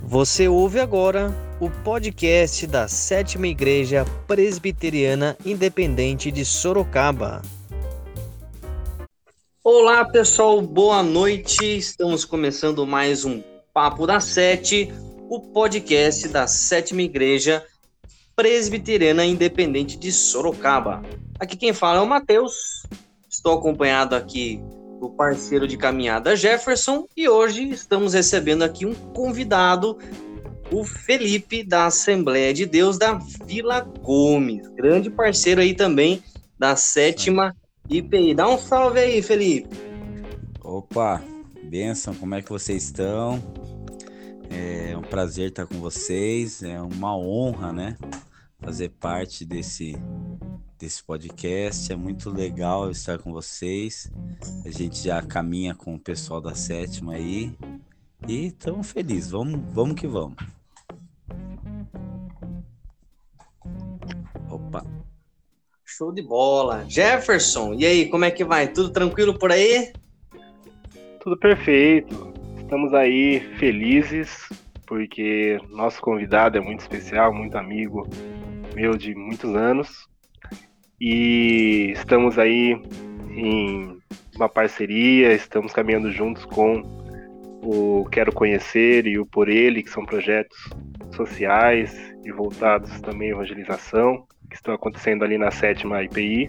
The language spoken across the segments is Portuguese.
Você ouve agora o podcast da Sétima Igreja Presbiteriana Independente de Sorocaba. Olá, pessoal, boa noite. Estamos começando mais um Papo da Sete, o podcast da Sétima Igreja Presbiteriana Independente de Sorocaba. Aqui quem fala é o Matheus. Estou acompanhado aqui do parceiro de caminhada Jefferson e hoje estamos recebendo aqui um convidado, o Felipe, da Assembleia de Deus da Vila Gomes, grande parceiro aí também da Sétima IPI. Dá um salve aí, Felipe. Opa, bênção, como é que vocês estão? É um prazer estar com vocês, é uma honra, né, fazer parte desse podcast, é muito legal estar com vocês. A gente já caminha com o pessoal da Sétima aí e estamos felizes, vamos que vamos. Opa. Show de bola. Jefferson, e aí, como é que vai? Tudo tranquilo por aí? Tudo perfeito. Estamos aí felizes porque nosso convidado é muito especial, muito amigo meu de muitos anos. E estamos aí em uma parceria, estamos caminhando juntos com o Quero Conhecer e o Por Ele, que são projetos sociais e voltados também à evangelização, que estão acontecendo ali na Sétima IPI.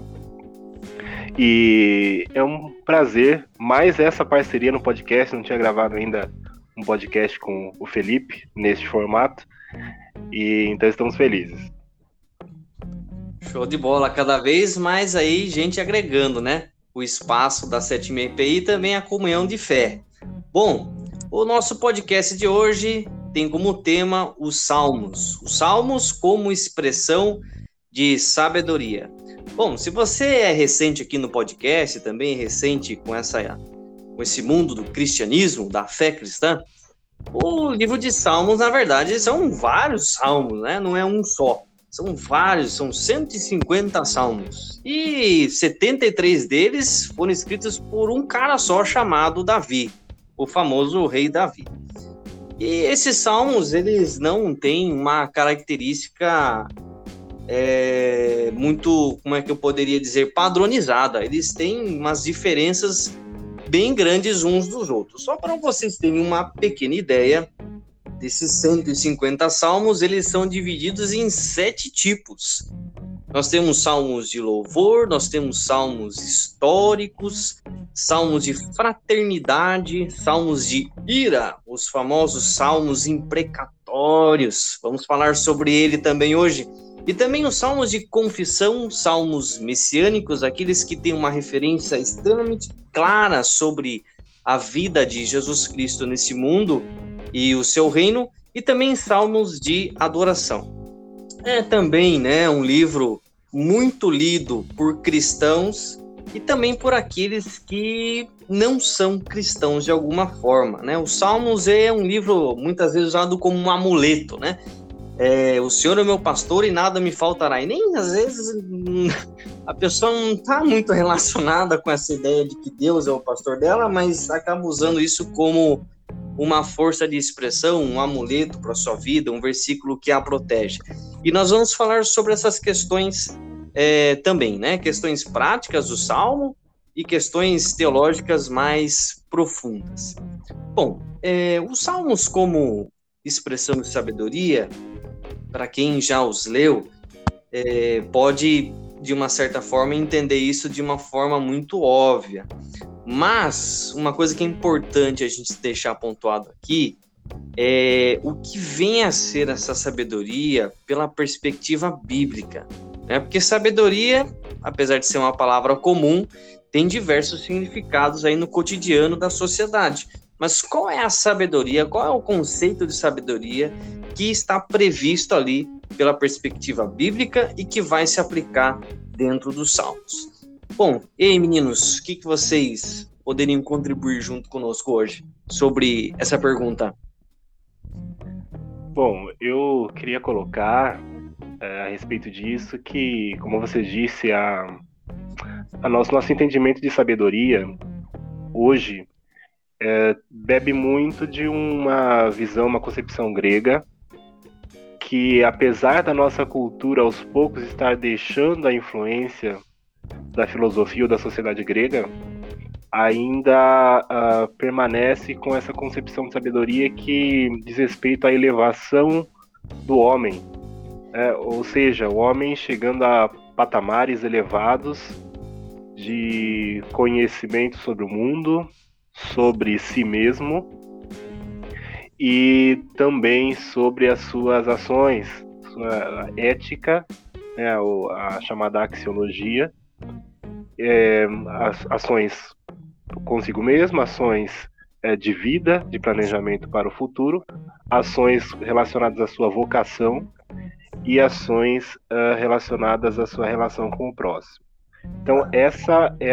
E é um prazer, mais essa parceria no podcast, não tinha gravado ainda um podcast com o Felipe neste formato, e então estamos felizes. Show de bola, cada vez mais aí gente agregando, né? O espaço da Sétima IPI e também a comunhão de fé. Bom, o nosso podcast de hoje tem como tema os Salmos como expressão de sabedoria. Bom, se você é recente aqui no podcast, também é recente com esse mundo do cristianismo, da fé cristã, o livro de Salmos, na verdade, são vários salmos, né? Não é um só. São vários, são 150 salmos. E 73 deles foram escritos por um cara só chamado Davi, o famoso rei Davi. E esses salmos, eles não têm uma característica muito, como é que eu poderia dizer, padronizada. Eles têm umas diferenças bem grandes uns dos outros. Só para vocês terem uma pequena ideia, desses 150 salmos, eles são divididos em 7 tipos. Nós temos salmos de louvor, nós temos salmos históricos, salmos de fraternidade, salmos de ira, os famosos salmos imprecatórios. Vamos falar sobre ele também hoje. E também os salmos de confissão, salmos messiânicos, aqueles que têm uma referência extremamente clara sobre a vida de Jesus Cristo nesse mundo e o seu reino, e também salmos de adoração. É também, né, um livro muito lido por cristãos e também por aqueles que não são cristãos de alguma forma, né? Os Salmos é um livro muitas vezes usado como um amuleto, né? O Senhor é meu pastor e nada me faltará. E nem às vezes a pessoa não está muito relacionada com essa ideia de que Deus é o pastor dela, mas acaba usando isso como uma força de expressão, um amuleto para a sua vida, um versículo que a protege. E nós vamos falar sobre essas questões também, né? Questões práticas do Salmo e questões teológicas mais profundas. Bom, os Salmos como expressão de sabedoria, para quem já os leu, pode, de uma certa forma, entender isso de uma forma muito óbvia. Mas uma coisa que é importante a gente deixar pontuado aqui é o que vem a ser essa sabedoria pela perspectiva bíblica, né? Porque sabedoria, apesar de ser uma palavra comum, tem diversos significados aí no cotidiano da sociedade. Mas qual é a sabedoria? Qual é o conceito de sabedoria que está previsto ali pela perspectiva bíblica e que vai se aplicar dentro dos Salmos? Bom, e aí, meninos, o que vocês poderiam contribuir junto conosco hoje sobre essa pergunta? Bom, eu queria colocar a respeito disso que, como você disse, nosso entendimento de sabedoria hoje bebe muito de uma visão, uma concepção grega, que apesar da nossa cultura aos poucos estar deixando a influência da filosofia ou da sociedade grega, ainda permanece com essa concepção de sabedoria que diz respeito à elevação do homem, ou seja, o homem chegando a patamares elevados de conhecimento sobre o mundo, sobre si mesmo e também sobre as suas ações, sua ética, né, a chamada axiologia, as ações consigo mesmo, ações de vida, de planejamento para o futuro, ações relacionadas à sua vocação e ações relacionadas à sua relação com o próximo. Então, essa é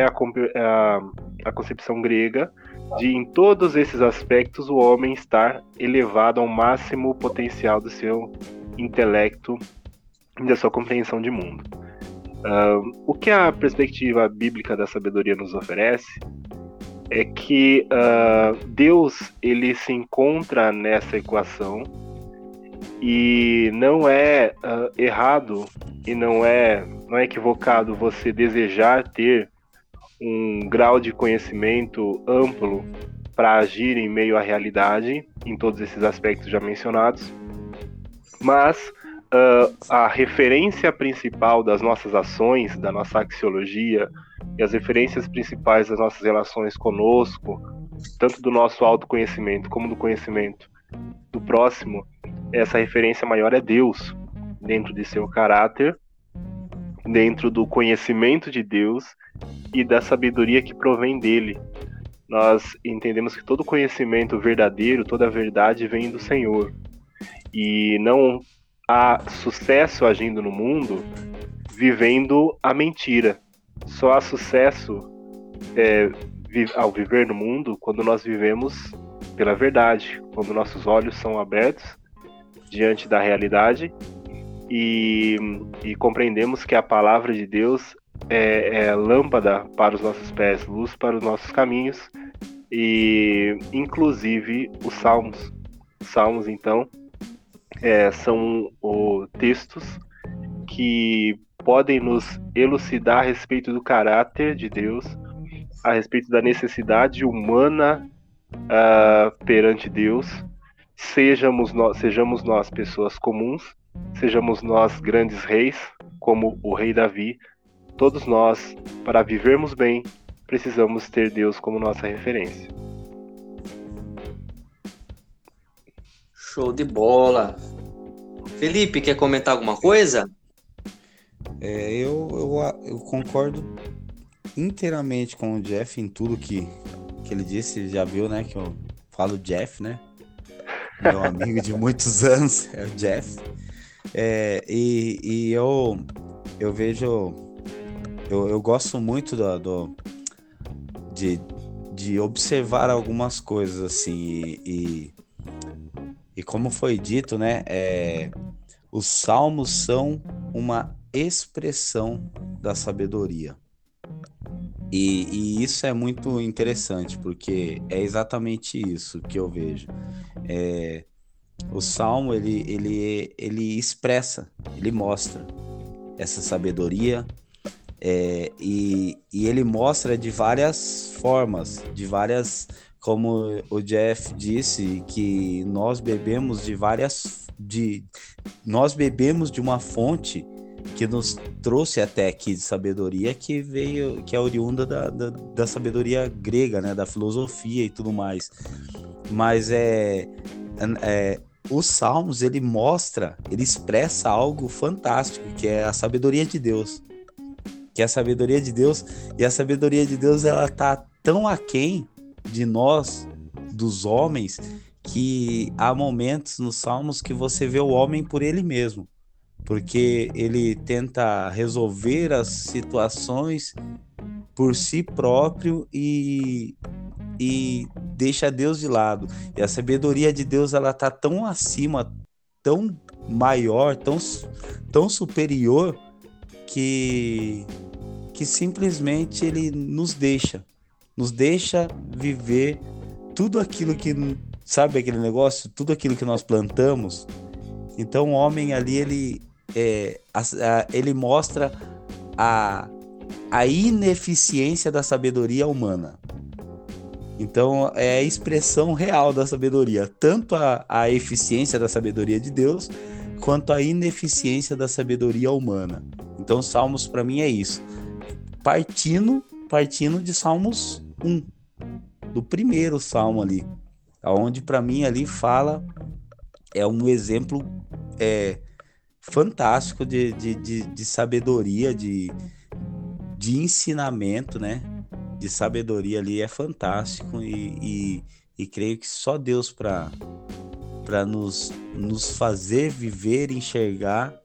a concepção grega de, em todos esses aspectos, o homem estar elevado ao máximo potencial do seu intelecto e da sua compreensão de mundo. O que a perspectiva bíblica da sabedoria nos oferece é que Deus ele se encontra nessa equação e não é errado e não é equivocado você desejar ter um grau de conhecimento amplo para agir em meio à realidade, em todos esses aspectos já mencionados, mas a referência principal das nossas ações, da nossa axiologia, e as referências principais das nossas relações conosco, tanto do nosso autoconhecimento como do conhecimento do próximo, essa referência maior é Deus, dentro de seu caráter, dentro do conhecimento de Deus e da sabedoria que provém dele. Nós entendemos que todo conhecimento verdadeiro, toda a verdade vem do Senhor. E não há sucesso agindo no mundo vivendo a mentira. Só há sucesso ao viver no mundo quando nós vivemos pela verdade, quando nossos olhos são abertos diante da realidade e compreendemos que a palavra de Deus é lâmpada para os nossos pés, luz para os nossos caminhos, e inclusive os Salmos. Salmos, então, são textos que podem nos elucidar a respeito do caráter de Deus, a respeito da necessidade humana perante Deus, sejamos nós pessoas comuns, sejamos nós grandes reis, como o rei Davi, todos nós, para vivermos bem, precisamos ter Deus como nossa referência. Show de bola. Felipe, quer comentar alguma coisa? Eu concordo inteiramente com o Jeff em tudo que ele disse. Já viu, né, que eu falo Jeff, né? Meu amigo de muitos anos é o Jeff. E eu vejo... Eu gosto muito de observar algumas coisas, assim, e como foi dito, né, os salmos são uma expressão da sabedoria. E isso é muito interessante, porque é exatamente isso que eu vejo. O salmo, ele expressa, ele mostra essa sabedoria, e ele mostra de várias formas, como o Jeff disse, que nós bebemos nós bebemos de uma fonte que nos trouxe até aqui de sabedoria, que é oriunda da sabedoria grega, né, da filosofia e tudo mais. Mas os Salmos, ele expressa algo fantástico, que é a sabedoria de Deus. E a sabedoria de Deus, ela tá tão aquém de nós, dos homens, que há momentos nos Salmos que você vê o homem por ele mesmo, porque ele tenta resolver as situações por si próprio e deixa Deus de lado. E a sabedoria de Deus, ela tá tão acima, tão maior, tão superior, que simplesmente ele nos deixa viver tudo aquilo que, sabe aquele negócio? Tudo aquilo que nós plantamos. Então o homem ali, ele mostra a ineficiência da sabedoria humana. Então é a expressão real da sabedoria, tanto a eficiência da sabedoria de Deus, quanto a ineficiência da sabedoria humana. Então Salmos para mim é isso, partindo de Salmos 1, do primeiro salmo ali, onde para mim ali fala, é um exemplo fantástico de sabedoria, de ensinamento, né? De sabedoria ali, é fantástico, e creio que só Deus para nos fazer viver, enxergar,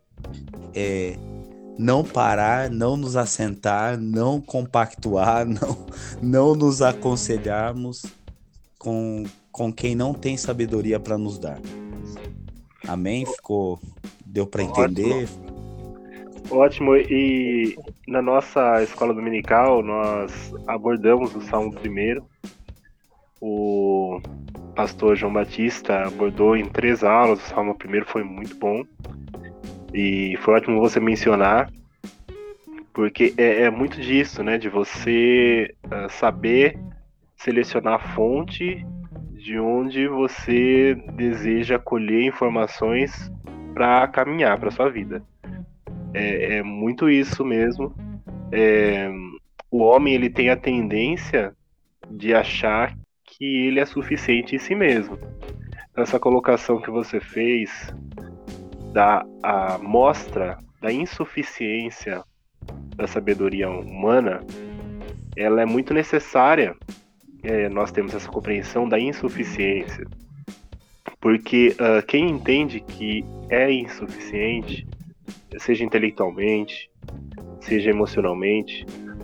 não parar, não nos assentar, não compactuar, não nos aconselharmos com quem não tem sabedoria para nos dar. Amém? Deu para entender? Ótimo, e na nossa escola dominical nós abordamos o Salmo 1. O pastor João Batista abordou em 3 aulas, o Salmo 1 foi muito bom. E foi ótimo você mencionar, porque é muito disso, né? De você saber selecionar a fonte de onde você deseja colher informações para caminhar para sua vida. É muito isso mesmo. O homem, ele tem a tendência de achar que ele é suficiente em si mesmo. Essa colocação que você fez da mostra da insuficiência da sabedoria humana, ela é muito necessária. Nós temos essa compreensão da insuficiência, porque quem entende que é insuficiente, seja intelectualmente, seja emocionalmente,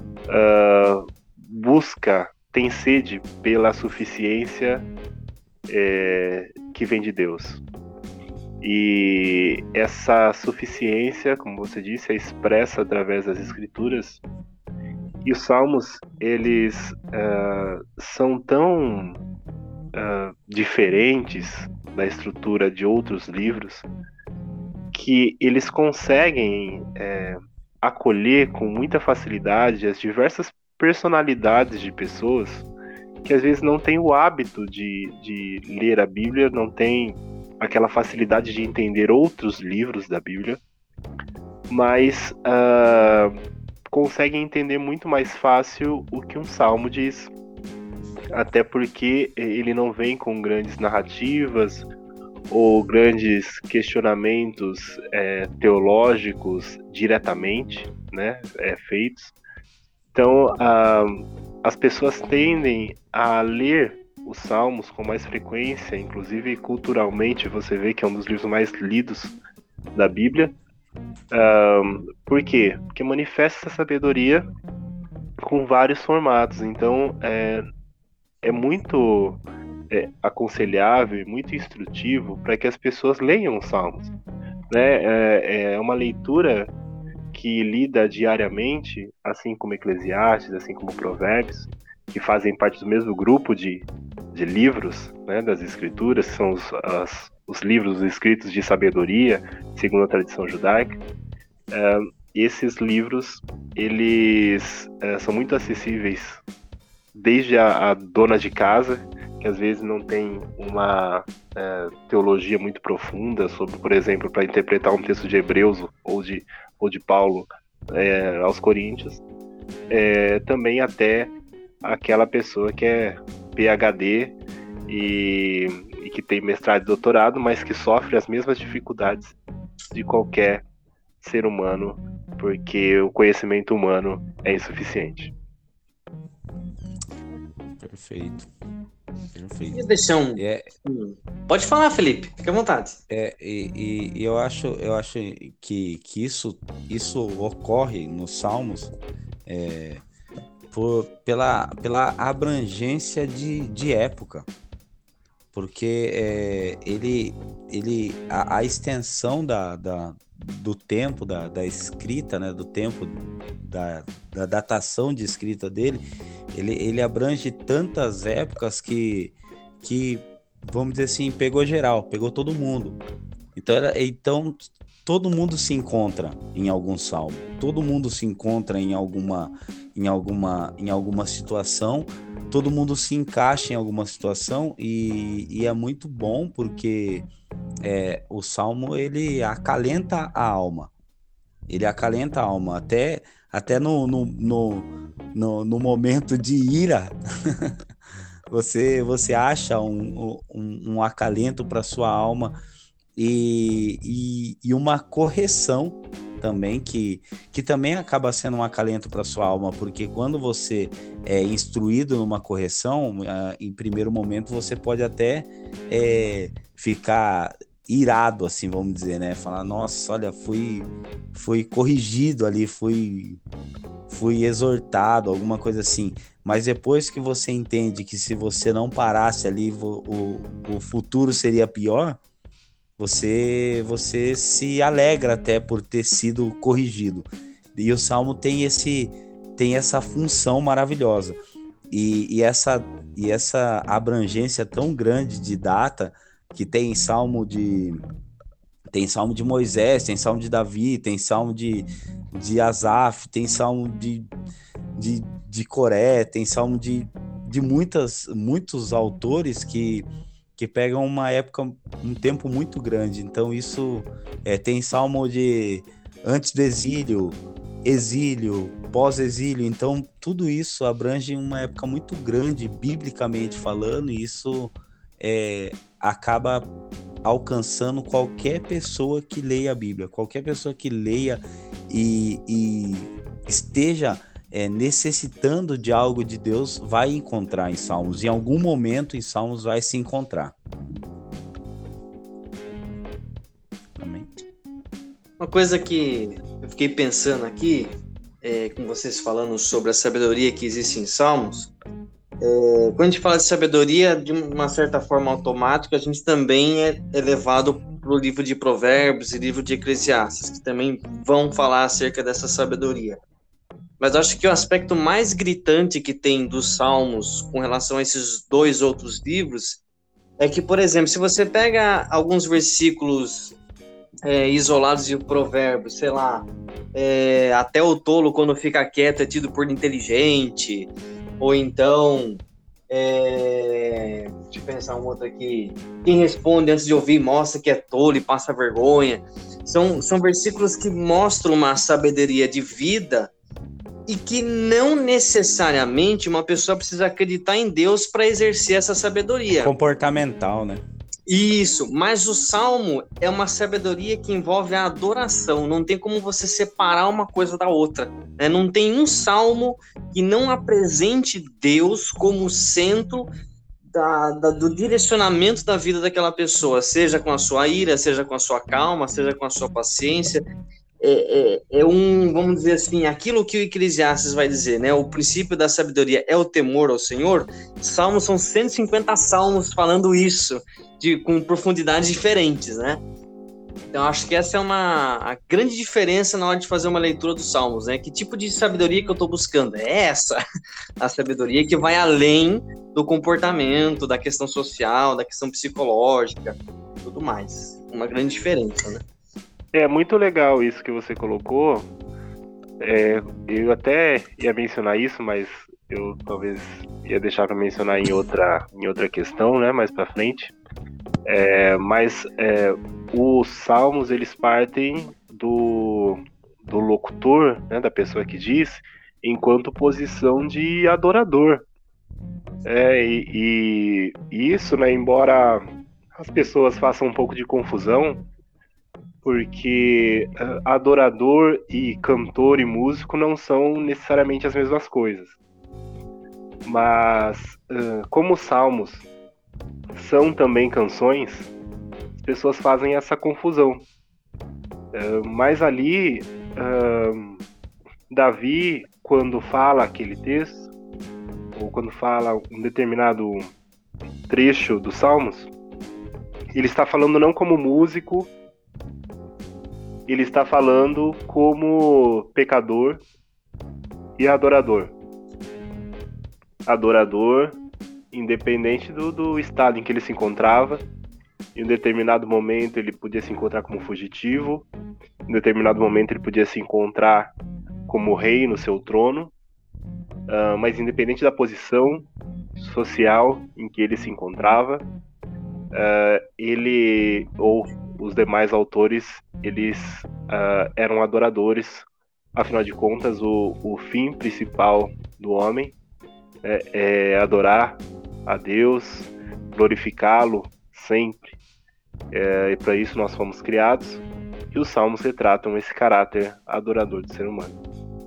tem sede pela suficiência que vem de Deus. E essa suficiência, como você disse, é expressa através das Escrituras. E os Salmos, eles são tão diferentes da estrutura de outros livros que eles conseguem acolher com muita facilidade as diversas personalidades de pessoas que às vezes não têm o hábito de ler a Bíblia, não têm aquela facilidade de entender outros livros da Bíblia, mas conseguem entender muito mais fácil o que um salmo diz, até porque ele não vem com grandes narrativas ou grandes questionamentos teológicos diretamente, né, feitos. Então as pessoas tendem a ler os Salmos com mais frequência, inclusive culturalmente você vê que é um dos livros mais lidos da Bíblia. Por quê? Porque manifesta essa sabedoria com vários formatos. Então é muito aconselhável e muito instrutivo para que as pessoas leiam os Salmos, né? É uma leitura que lida diariamente, assim como Eclesiastes, assim como Provérbios, que fazem parte do mesmo grupo de livros, né, das Escrituras, que são os livros escritos de sabedoria, segundo a tradição judaica. Esses livros, eles são muito acessíveis desde a dona de casa, que às vezes não tem uma teologia muito profunda sobre, por exemplo, para interpretar um texto de Hebreus ou de Paulo aos Coríntios, também até aquela pessoa que é PhD e que tem mestrado e doutorado, mas que sofre as mesmas dificuldades de qualquer ser humano, porque o conhecimento humano é insuficiente. Perfeito. Ia deixar Pode falar, Felipe, fica à vontade. E eu acho que isso ocorre nos Salmos pela abrangência de época, porque a extensão do tempo da escrita, né, do tempo da datação de escrita dele, ele abrange tantas épocas que que, vamos dizer assim, pegou geral, pegou todo mundo. Então todo mundo se encontra em algum salmo, todo mundo se encontra em alguma situação, todo mundo se encaixa em alguma situação e é muito bom porque o salmo ele acalenta a alma. Ele acalenta a alma até no momento de ira. Você acha um acalento para sua alma e uma correção também, que também acaba sendo um acalento para sua alma, porque quando você é instruído numa correção, em primeiro momento você pode até ficar irado, assim, vamos dizer, né? Falar, nossa, olha, fui corrigido ali, fui exortado, alguma coisa assim. Mas depois que você entende que se você não parasse ali, o futuro seria pior, você se alegra até por ter sido corrigido. E o Salmo tem essa função maravilhosa. E essa abrangência tão grande de data, que tem Salmo de Moisés, tem Salmo de Davi, tem Salmo de Asaf, tem Salmo de Coré, tem Salmo de muitos autores que pegam uma época, um tempo muito grande. Então isso tem Salmo de antes do exílio, pós-exílio. Então tudo isso abrange uma época muito grande, biblicamente falando, e isso acaba alcançando qualquer pessoa que leia a Bíblia, qualquer pessoa que leia e esteja necessitando de algo de Deus, vai encontrar em Salmos. Em algum momento em Salmos vai se encontrar. Amém. Uma coisa que eu fiquei pensando aqui, com vocês falando sobre a sabedoria que existe em Salmos, quando a gente fala de sabedoria, de uma certa forma automática, a gente também é levado para o livro de Provérbios e livro de Eclesiastes, que também vão falar acerca dessa sabedoria. Mas acho que o aspecto mais gritante que tem dos Salmos com relação a esses dois outros livros é que, por exemplo, se você pega alguns versículos isolados de Provérbios, sei lá, até o tolo quando fica quieto é tido por inteligente, ou então, deixa eu pensar um outro aqui, quem responde antes de ouvir mostra que é tolo e passa vergonha. São versículos que mostram uma sabedoria de vida e que não necessariamente uma pessoa precisa acreditar em Deus para exercer essa sabedoria. Comportamental, né? Isso, mas o Salmo é uma sabedoria que envolve a adoração, não tem como você separar uma coisa da outra, né? Não tem um Salmo que não apresente Deus como centro do direcionamento da vida daquela pessoa, seja com a sua ira, seja com a sua calma, seja com a sua paciência. Vamos dizer assim, aquilo que o Eclesiastes vai dizer, né? O princípio da sabedoria é o temor ao Senhor. Salmos são 150 salmos falando isso, com profundidades diferentes, né? Então, acho que essa é a grande diferença na hora de fazer uma leitura dos Salmos, né? Que tipo de sabedoria que eu estou buscando? É essa, a sabedoria que vai além do comportamento, da questão social, da questão psicológica, tudo mais. Uma grande diferença, né? É muito legal isso que você colocou. Eu até ia mencionar isso, mas eu talvez ia deixar para mencionar em outra questão, né, mais para frente. Mas os salmos, eles partem do locutor, né, da pessoa que diz, enquanto posição de adorador. E isso, né, embora as pessoas façam um pouco de confusão, porque adorador e cantor e músico não são necessariamente as mesmas coisas. Mas, como os salmos são também canções, as pessoas fazem essa confusão. Mas ali, Davi, quando fala aquele texto, ou quando fala um determinado trecho dos salmos, ele está falando não como músico, ele está falando como pecador e adorador. Adorador independente do estado em que ele se encontrava. Em um determinado momento ele podia se encontrar como fugitivo, em determinado momento ele podia se encontrar como rei no seu trono, mas independente da posição social em que ele se encontrava, ele ou os demais autores, eles eram adoradores. Afinal de contas, o fim principal do homem é adorar a Deus, glorificá-lo sempre. E para isso nós fomos criados, e os salmos retratam esse caráter adorador do ser humano.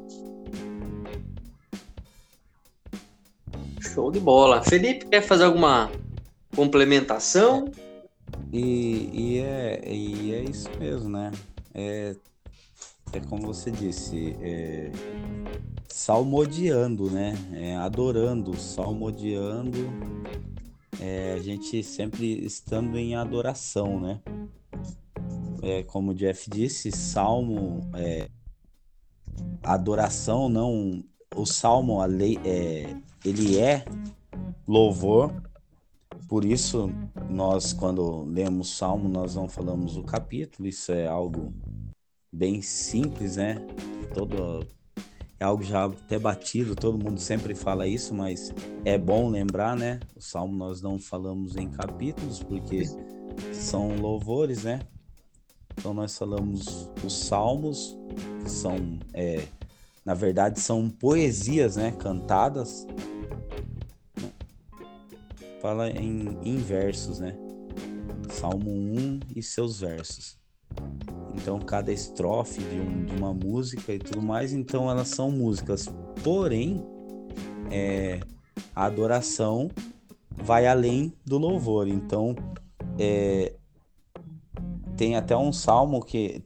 Show de bola. Felipe, quer fazer alguma complementação? E é isso mesmo, né? É como você disse, salmodiando, né? Adorando, salmodiando, a gente sempre estando em adoração, né? Como o Jeff disse, salmo, adoração, não. O salmo, ele é louvor. Por isso, nós, quando lemos salmo, nós não falamos o capítulo. Isso é algo bem simples, né? É algo já até batido, todo mundo sempre fala isso, mas é bom lembrar, né? O salmo nós não falamos em capítulos, porque são louvores, né? Então nós falamos os salmos, que são, na verdade, são poesias, né? Cantadas. Fala em versos, né? Salmo 1 e seus versos. Então, cada estrofe de uma música e tudo mais, então elas são músicas. Porém, a adoração vai além do louvor. Então, tem até um salmo que...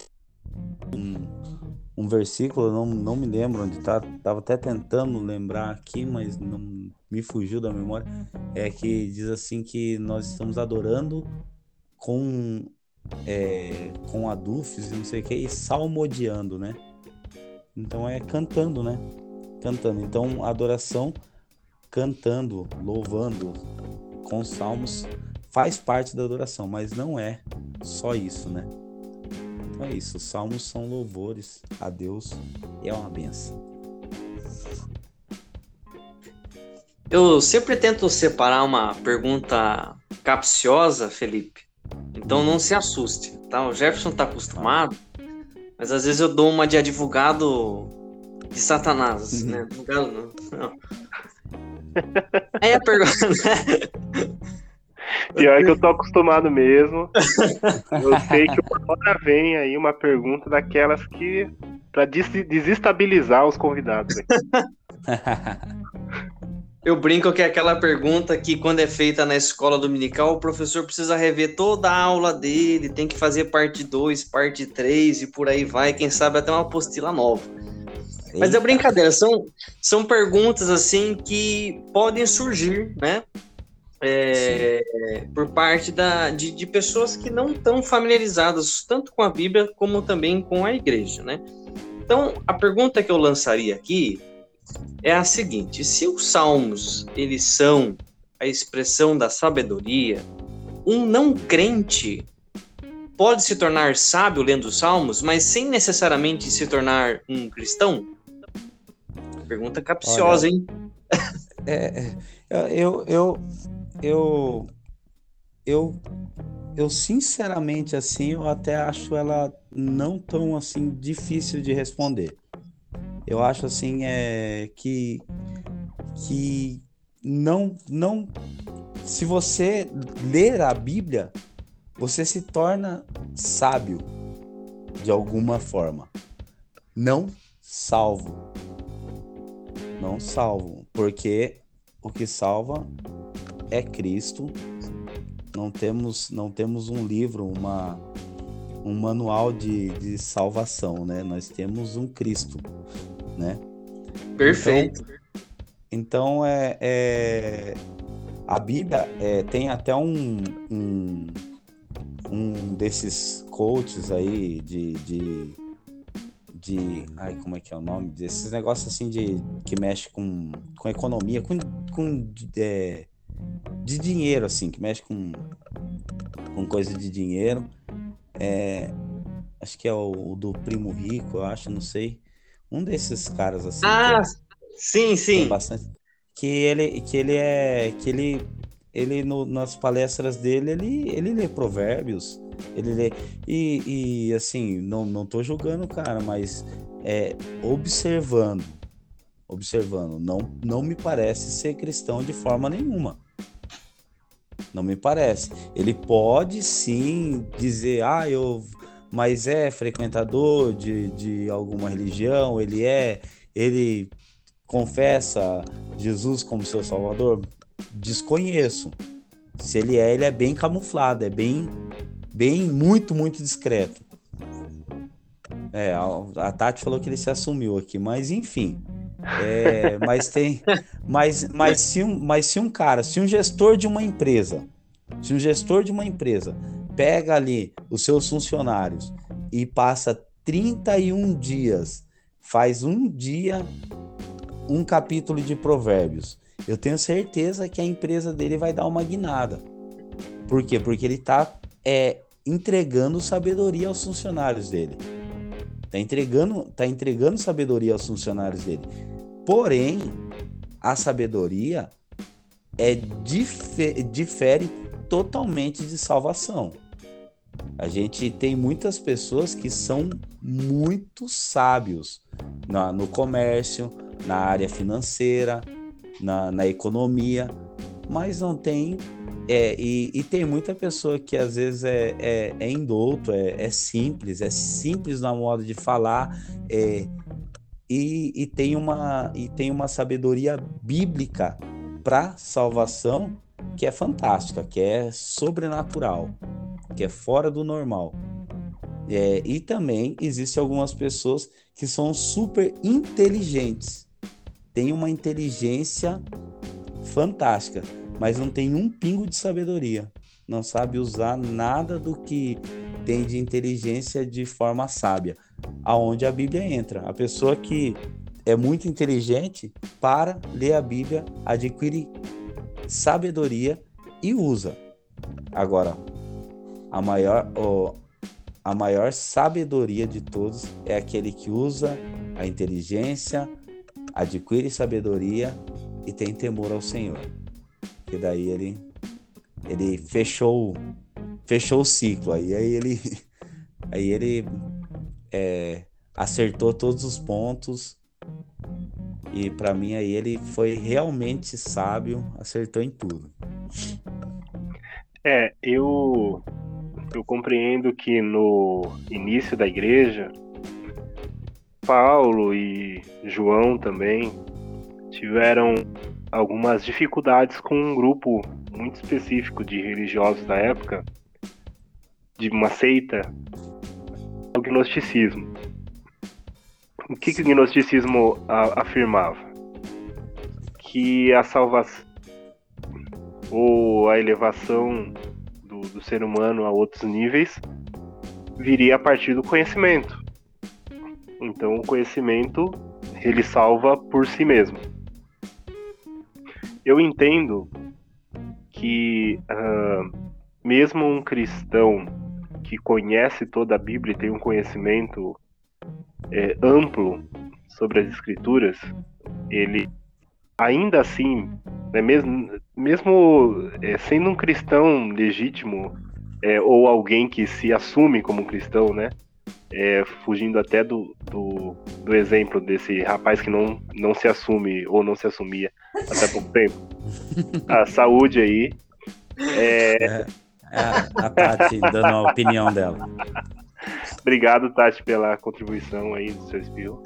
Um versículo, eu não me lembro onde tá. Tava até tentando lembrar aqui, mas não me fugiu da memória. Que diz assim que nós estamos adorando com adufes e não sei o que, e salmodiando, né? Então cantando, né? Cantando. Então, adoração, cantando, louvando com salmos, faz parte da adoração, mas não é só isso, né? Então é isso, os salmos são louvores a Deus, é uma benção. Eu sempre tento separar uma pergunta capciosa, Felipe. Então não se assuste, tá? O Jefferson tá acostumado, mas às vezes eu dou uma de advogado de Satanás, né? Não. Aí a pergunta... Pior que eu tô acostumado mesmo. Eu sei que uma hora vem aí uma pergunta daquelas que... pra desestabilizar os convidados. Eu brinco que é aquela pergunta que, quando é feita na escola dominical, o professor precisa rever toda a aula dele, tem que fazer parte 2, parte 3 e por aí vai, quem sabe até uma apostila nova. Eita. Mas é brincadeira, são perguntas assim que podem surgir, né? Por parte de pessoas que não estão familiarizadas tanto com a Bíblia como também com a igreja, né? Então, a pergunta que eu lançaria aqui é a seguinte: se os salmos, eles são a expressão da sabedoria, um não crente pode se tornar sábio lendo os salmos, mas sem necessariamente se tornar um cristão? Pergunta capciosa, hein? Eu sinceramente, assim, eu até acho ela não tão, assim, difícil de responder. Eu acho, assim, que não, se você ler a Bíblia, você se torna sábio de alguma forma. Não salvo, porque o que salva é Cristo. Não temos um livro, um manual de salvação, né? Nós temos um Cristo, né? Perfeito. Então a Bíblia tem até um desses coaches aí de como é que é o nome? Desses negócios assim que mexe com economia, de dinheiro, assim, que mexe com coisa de dinheiro. Acho que é o do Primo Rico, eu acho, não sei. Um desses caras, assim, que Ah, sim, tem sim. bastante. Ele nas palestras dele, ele lê provérbios, ele lê. E assim, não tô julgando o cara, mas observando, não me parece ser cristão de forma nenhuma. Não me parece. Ele pode sim dizer, mas é frequentador de alguma religião, ele confessa Jesus como seu salvador? Desconheço. Se ele é bem camuflado, é bem, muito, muito discreto. A Tati falou que ele se assumiu aqui, mas enfim. Mas tem. Se um gestor de uma empresa, pega ali os seus funcionários e passa 31 dias, faz um dia um capítulo de Provérbios, eu tenho certeza que a empresa dele vai dar uma guinada. Por quê? Porque ele está entregando sabedoria aos funcionários dele. Tá entregando sabedoria aos funcionários dele. Porém, a sabedoria difere totalmente de salvação. A gente tem muitas pessoas que são muito sábios no comércio, na área financeira, na economia, mas não tem. E tem muita pessoa que às vezes é indouto, é simples na modo de falar, e tem uma sabedoria bíblica para salvação que é fantástica, que é sobrenatural, que é fora do normal. E também existem algumas pessoas que são super inteligentes, têm uma inteligência fantástica, mas não tem um pingo de sabedoria, não sabe usar nada do que tem de inteligência de forma sábia, aonde a Bíblia entra. A pessoa que é muito inteligente para ler a Bíblia, adquire sabedoria e usa. Agora, a maior sabedoria de todos é aquele que usa a inteligência, adquire sabedoria e tem temor ao Senhor. Que daí ele fechou o ciclo. Aí ele acertou todos os pontos. E para mim aí ele foi realmente sábio, acertou em tudo. Eu compreendo que no início da igreja, Paulo e João também tiveram algumas dificuldades com um grupo muito específico de religiosos da época, de uma seita, o gnosticismo. O que o gnosticismo afirmava? Que a salvação ou a elevação do ser humano a outros níveis viria a partir do conhecimento. Então o conhecimento ele salva por si mesmo. Eu entendo que mesmo um cristão que conhece toda a Bíblia e tem um conhecimento amplo sobre as Escrituras, ele ainda assim, né, mesmo sendo um cristão legítimo, ou alguém que se assume como cristão, né, fugindo até do exemplo desse rapaz que não se assume ou não se assumia até pouco tempo. A saúde aí. A Tati dando a opinião dela. Obrigado, Tati, pela contribuição aí do seu espirro.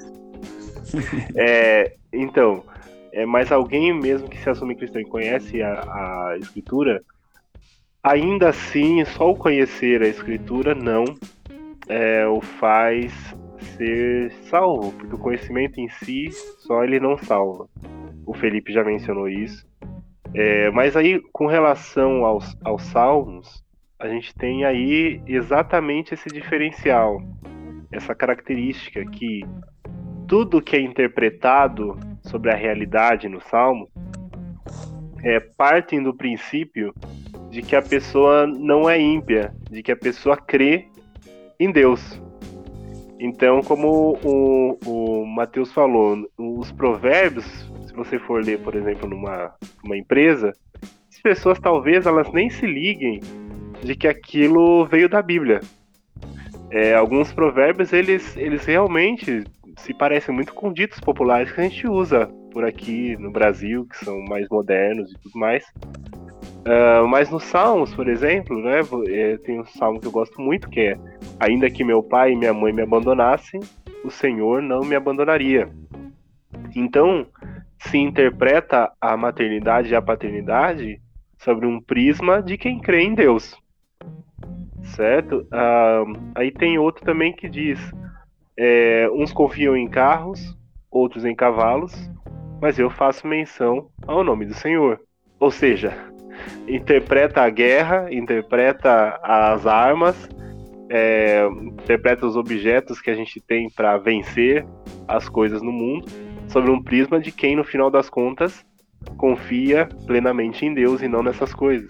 Então, mas alguém mesmo que se assume cristão e conhece a Escritura, ainda assim, só o conhecer a Escritura não o faz ser salvo, porque o conhecimento em si, só ele não salva. O Felipe já mencionou isso. Mas aí, com relação aos salmos, a gente tem aí exatamente esse diferencial, essa característica que tudo que é interpretado sobre a realidade no Salmo partem do princípio de que a pessoa não é ímpia, de que a pessoa crê em Deus. Então, como o Matheus falou, os provérbios, se você for ler, por exemplo, numa empresa, as pessoas talvez elas nem se liguem de que aquilo veio da Bíblia. Alguns provérbios, eles realmente se parecem muito com ditos populares que a gente usa por aqui no Brasil, que são mais modernos e tudo mais. Mas nos Salmos, por exemplo, né, tem um salmo que eu gosto muito, que é: ainda que meu pai e minha mãe me abandonassem, o Senhor não me abandonaria. Então, se interpreta a maternidade e a paternidade sobre um prisma de quem crê em Deus. Certo? Aí tem outro também que diz: uns confiam em carros, outros em cavalos, mas eu faço menção ao nome do Senhor. Ou seja, interpreta a guerra, interpreta as armas, interpreta os objetos que a gente tem para vencer as coisas no mundo, sobre um prisma de quem, no final das contas, confia plenamente em Deus e não nessas coisas.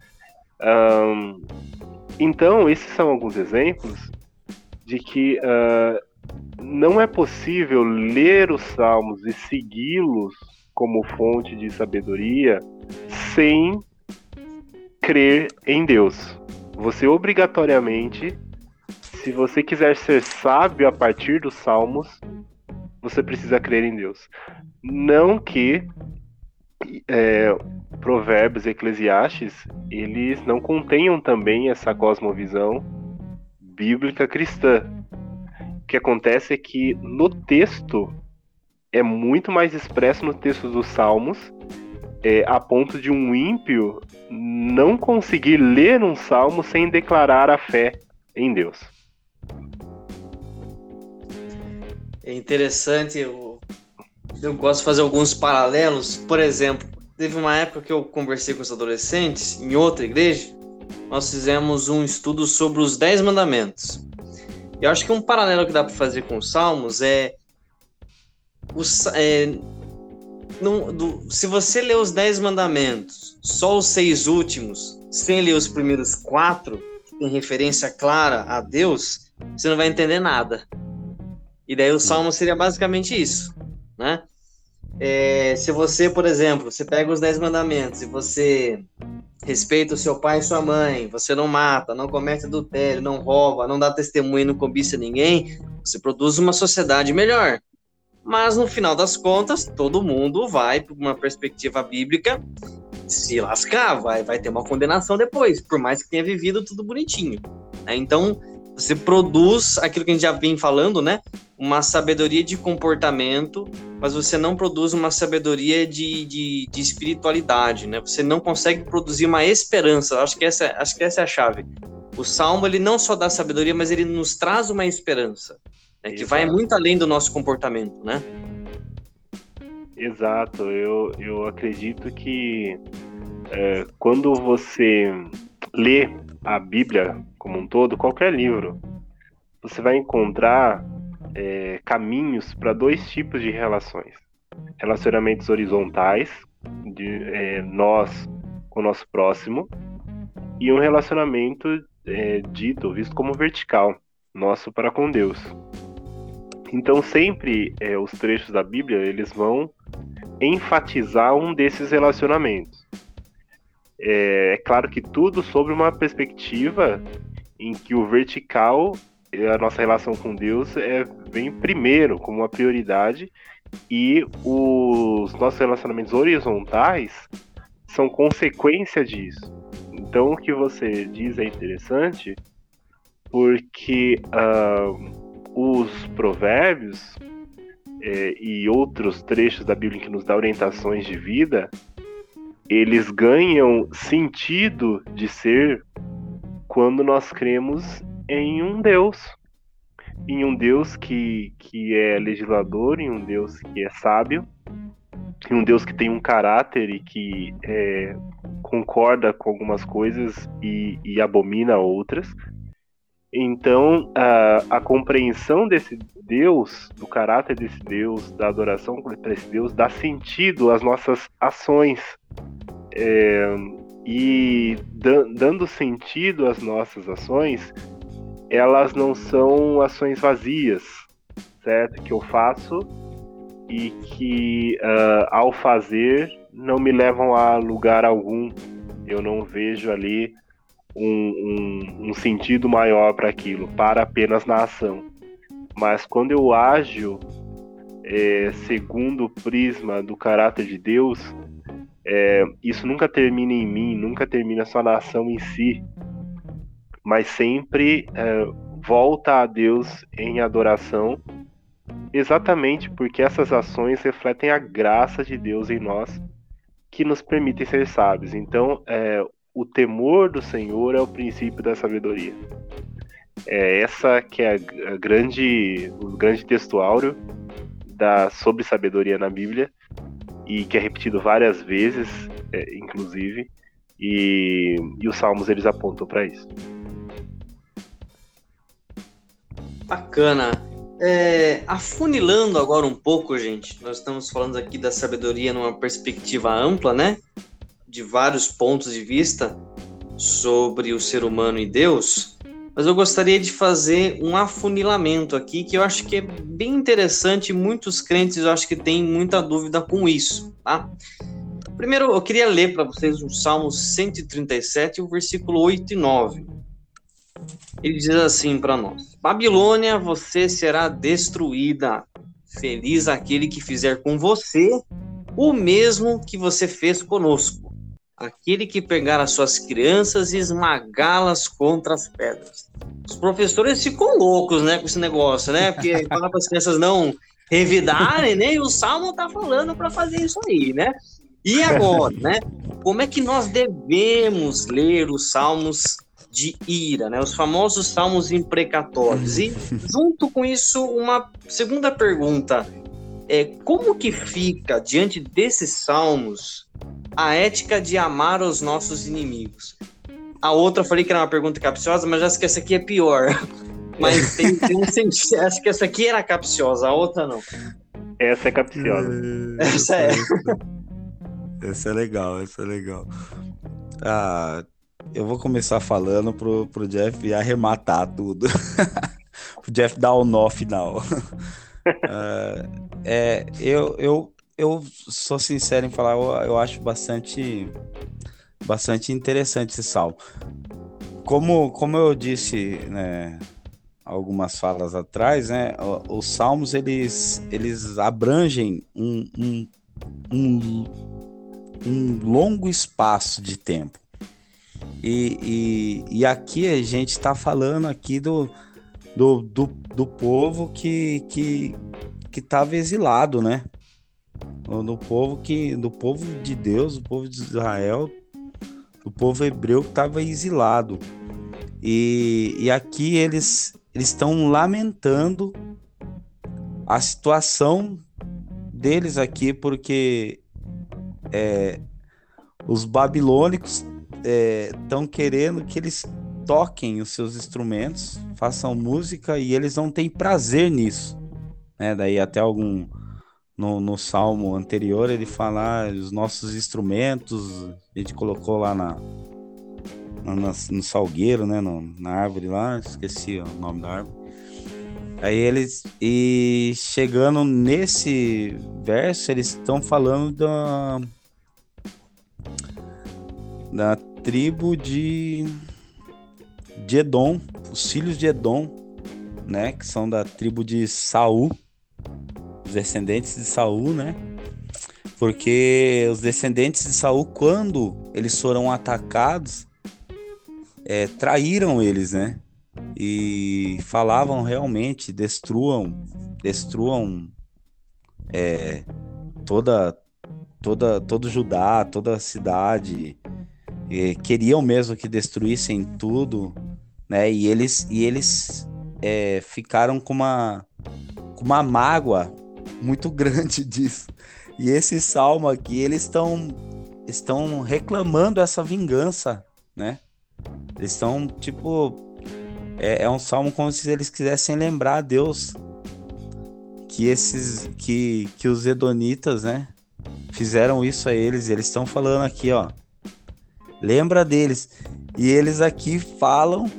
Então, esses são alguns exemplos de que não é possível ler os Salmos e segui-los como fonte de sabedoria sem crer em Deus. Você obrigatoriamente, se você quiser ser sábio a partir dos Salmos, você precisa crer em Deus. Não que Provérbios e Eclesiastes, eles não contenham também essa cosmovisão bíblica cristã. O que acontece é que no texto, é muito mais expresso no texto dos Salmos, a ponto de um ímpio não conseguir ler um salmo sem declarar a fé em Deus. É interessante, eu gosto de fazer alguns paralelos. Por exemplo, teve uma época que eu conversei com os adolescentes em outra igreja, nós fizemos um estudo sobre os 10 mandamentos. Eu acho que um paralelo que dá para fazer com os Salmos se você ler os 10 mandamentos, só os 6 últimos, sem ler os primeiros 4, que tem referência clara a Deus, você não vai entender nada. E daí o Salmo seria basicamente isso, né? Se você, por exemplo, você pega os 10 mandamentos e você respeita o seu pai e sua mãe, você não mata, não comete adultério, não rouba, não dá testemunho e não cobiça ninguém, você produz uma sociedade melhor. Mas no final das contas, todo mundo vai, por uma perspectiva bíblica, se lascar, vai ter uma condenação depois, por mais que tenha vivido tudo bonitinho, né? Então, você produz aquilo que a gente já vem falando, né? Uma sabedoria de comportamento, mas você não produz uma sabedoria de espiritualidade, né? Você não consegue produzir uma esperança. Acho que essa é a chave. O Salmo, ele não só dá sabedoria, mas ele nos traz uma esperança, né? Que vai muito além do nosso comportamento, né? Exato. Eu acredito que quando você lê a Bíblia como um todo, qualquer livro, você vai encontrar caminhos para 2 tipos de relações. Relacionamentos horizontais, de nós com o nosso próximo, e um relacionamento visto como vertical, nosso para com Deus. Então sempre os trechos da Bíblia, eles vão enfatizar um desses relacionamentos. É claro que tudo sobre uma perspectiva em que o vertical, a nossa relação com Deus, vem primeiro, como uma prioridade, e os nossos relacionamentos horizontais são consequência disso. Então o que você diz é interessante, porque os provérbios e outros trechos da Bíblia que nos dão orientações de vida, eles ganham sentido de ser quando nós cremos em um Deus que é legislador, em um Deus que é sábio, em um Deus que tem um caráter e que concorda com algumas coisas e abomina outras. Então, a compreensão desse Deus, do caráter desse Deus, da adoração para esse Deus, dá sentido às nossas ações. E dando sentido às nossas ações, elas não são ações vazias, certo? Que eu faço e que ao fazer não me levam a lugar algum. Eu não vejo ali um sentido maior para aquilo, para apenas na ação. Mas quando eu ajo segundo o prisma do caráter de Deus, isso nunca termina em mim, nunca termina só na ação em si, mas sempre volta a Deus em adoração, exatamente porque essas ações refletem a graça de Deus em nós, que nos permitem ser sábios. Então, o temor do Senhor é o princípio da sabedoria. Essa que é o grande texto áureo sobre sabedoria na Bíblia, e que é repetido várias vezes, inclusive, e os Salmos eles apontam para isso. Bacana. Afunilando agora um pouco, gente, nós estamos falando aqui da sabedoria numa perspectiva ampla, né? De vários pontos de vista sobre o ser humano e Deus, mas eu gostaria de fazer um afunilamento aqui que eu acho que é bem interessante e muitos crentes eu acho que têm muita dúvida com isso, tá? Primeiro, eu queria ler para vocês o Salmo 137, o versículo 8 e 9. Ele diz assim para nós: Babilônia, você será destruída. Feliz aquele que fizer com você o mesmo que você fez conosco. Aquele que pegar as suas crianças e esmagá-las contra as pedras. Os professores ficam loucos, né, com esse negócio, né? Porque fala para as crianças não revidarem, né? E o Salmo tá falando para fazer isso aí, né? E agora, né? Como é que nós devemos ler os Salmos de ira, né? Os famosos salmos imprecatórios. E junto com isso, uma segunda pergunta: como que fica diante desses salmos a ética de amar os nossos inimigos? A outra eu falei que era uma pergunta capciosa, mas acho que essa aqui é pior. Mas tem um sentido. Acho que essa aqui era capciosa, a outra não. Essa é capciosa. Essa é. Essa é legal. Eu vou começar falando pro Jeff arrematar tudo. O Jeff dar o nó final. Eu sou sincero em falar, eu acho bastante interessante esse salmo. Como eu disse, né, algumas falas atrás, né, os salmos eles abrangem um longo espaço de tempo. E aqui a gente está falando aqui do povo que estava exilado, né? Do povo de Deus, do povo de Israel, do povo hebreu que estava exilado. E aqui eles estão lamentando a situação deles aqui, porque os babilônicos estão querendo que eles toquem os seus instrumentos, façam música, e eles não têm prazer nisso, né? Daí até no salmo anterior ele fala os nossos instrumentos, a gente colocou lá no salgueiro, né? Na árvore lá, esqueci o nome da árvore. Aí e chegando nesse verso, eles estão falando da tribo de Edom, os filhos de Edom, né, que são da tribo de Saul, os descendentes de Saul, né, porque os descendentes de Saul, quando eles foram atacados, traíram eles, né, e falavam realmente, destruam todo Judá, toda a cidade. Queriam mesmo que destruíssem tudo, né? E eles ficaram com uma mágoa muito grande disso. E esse salmo aqui, eles estão reclamando essa vingança, né? Eles estão, tipo, é um salmo como se eles quisessem lembrar a Deus que os edonitas, né, fizeram isso a eles, eles estão falando aqui, ó. Lembra deles. E eles aqui falam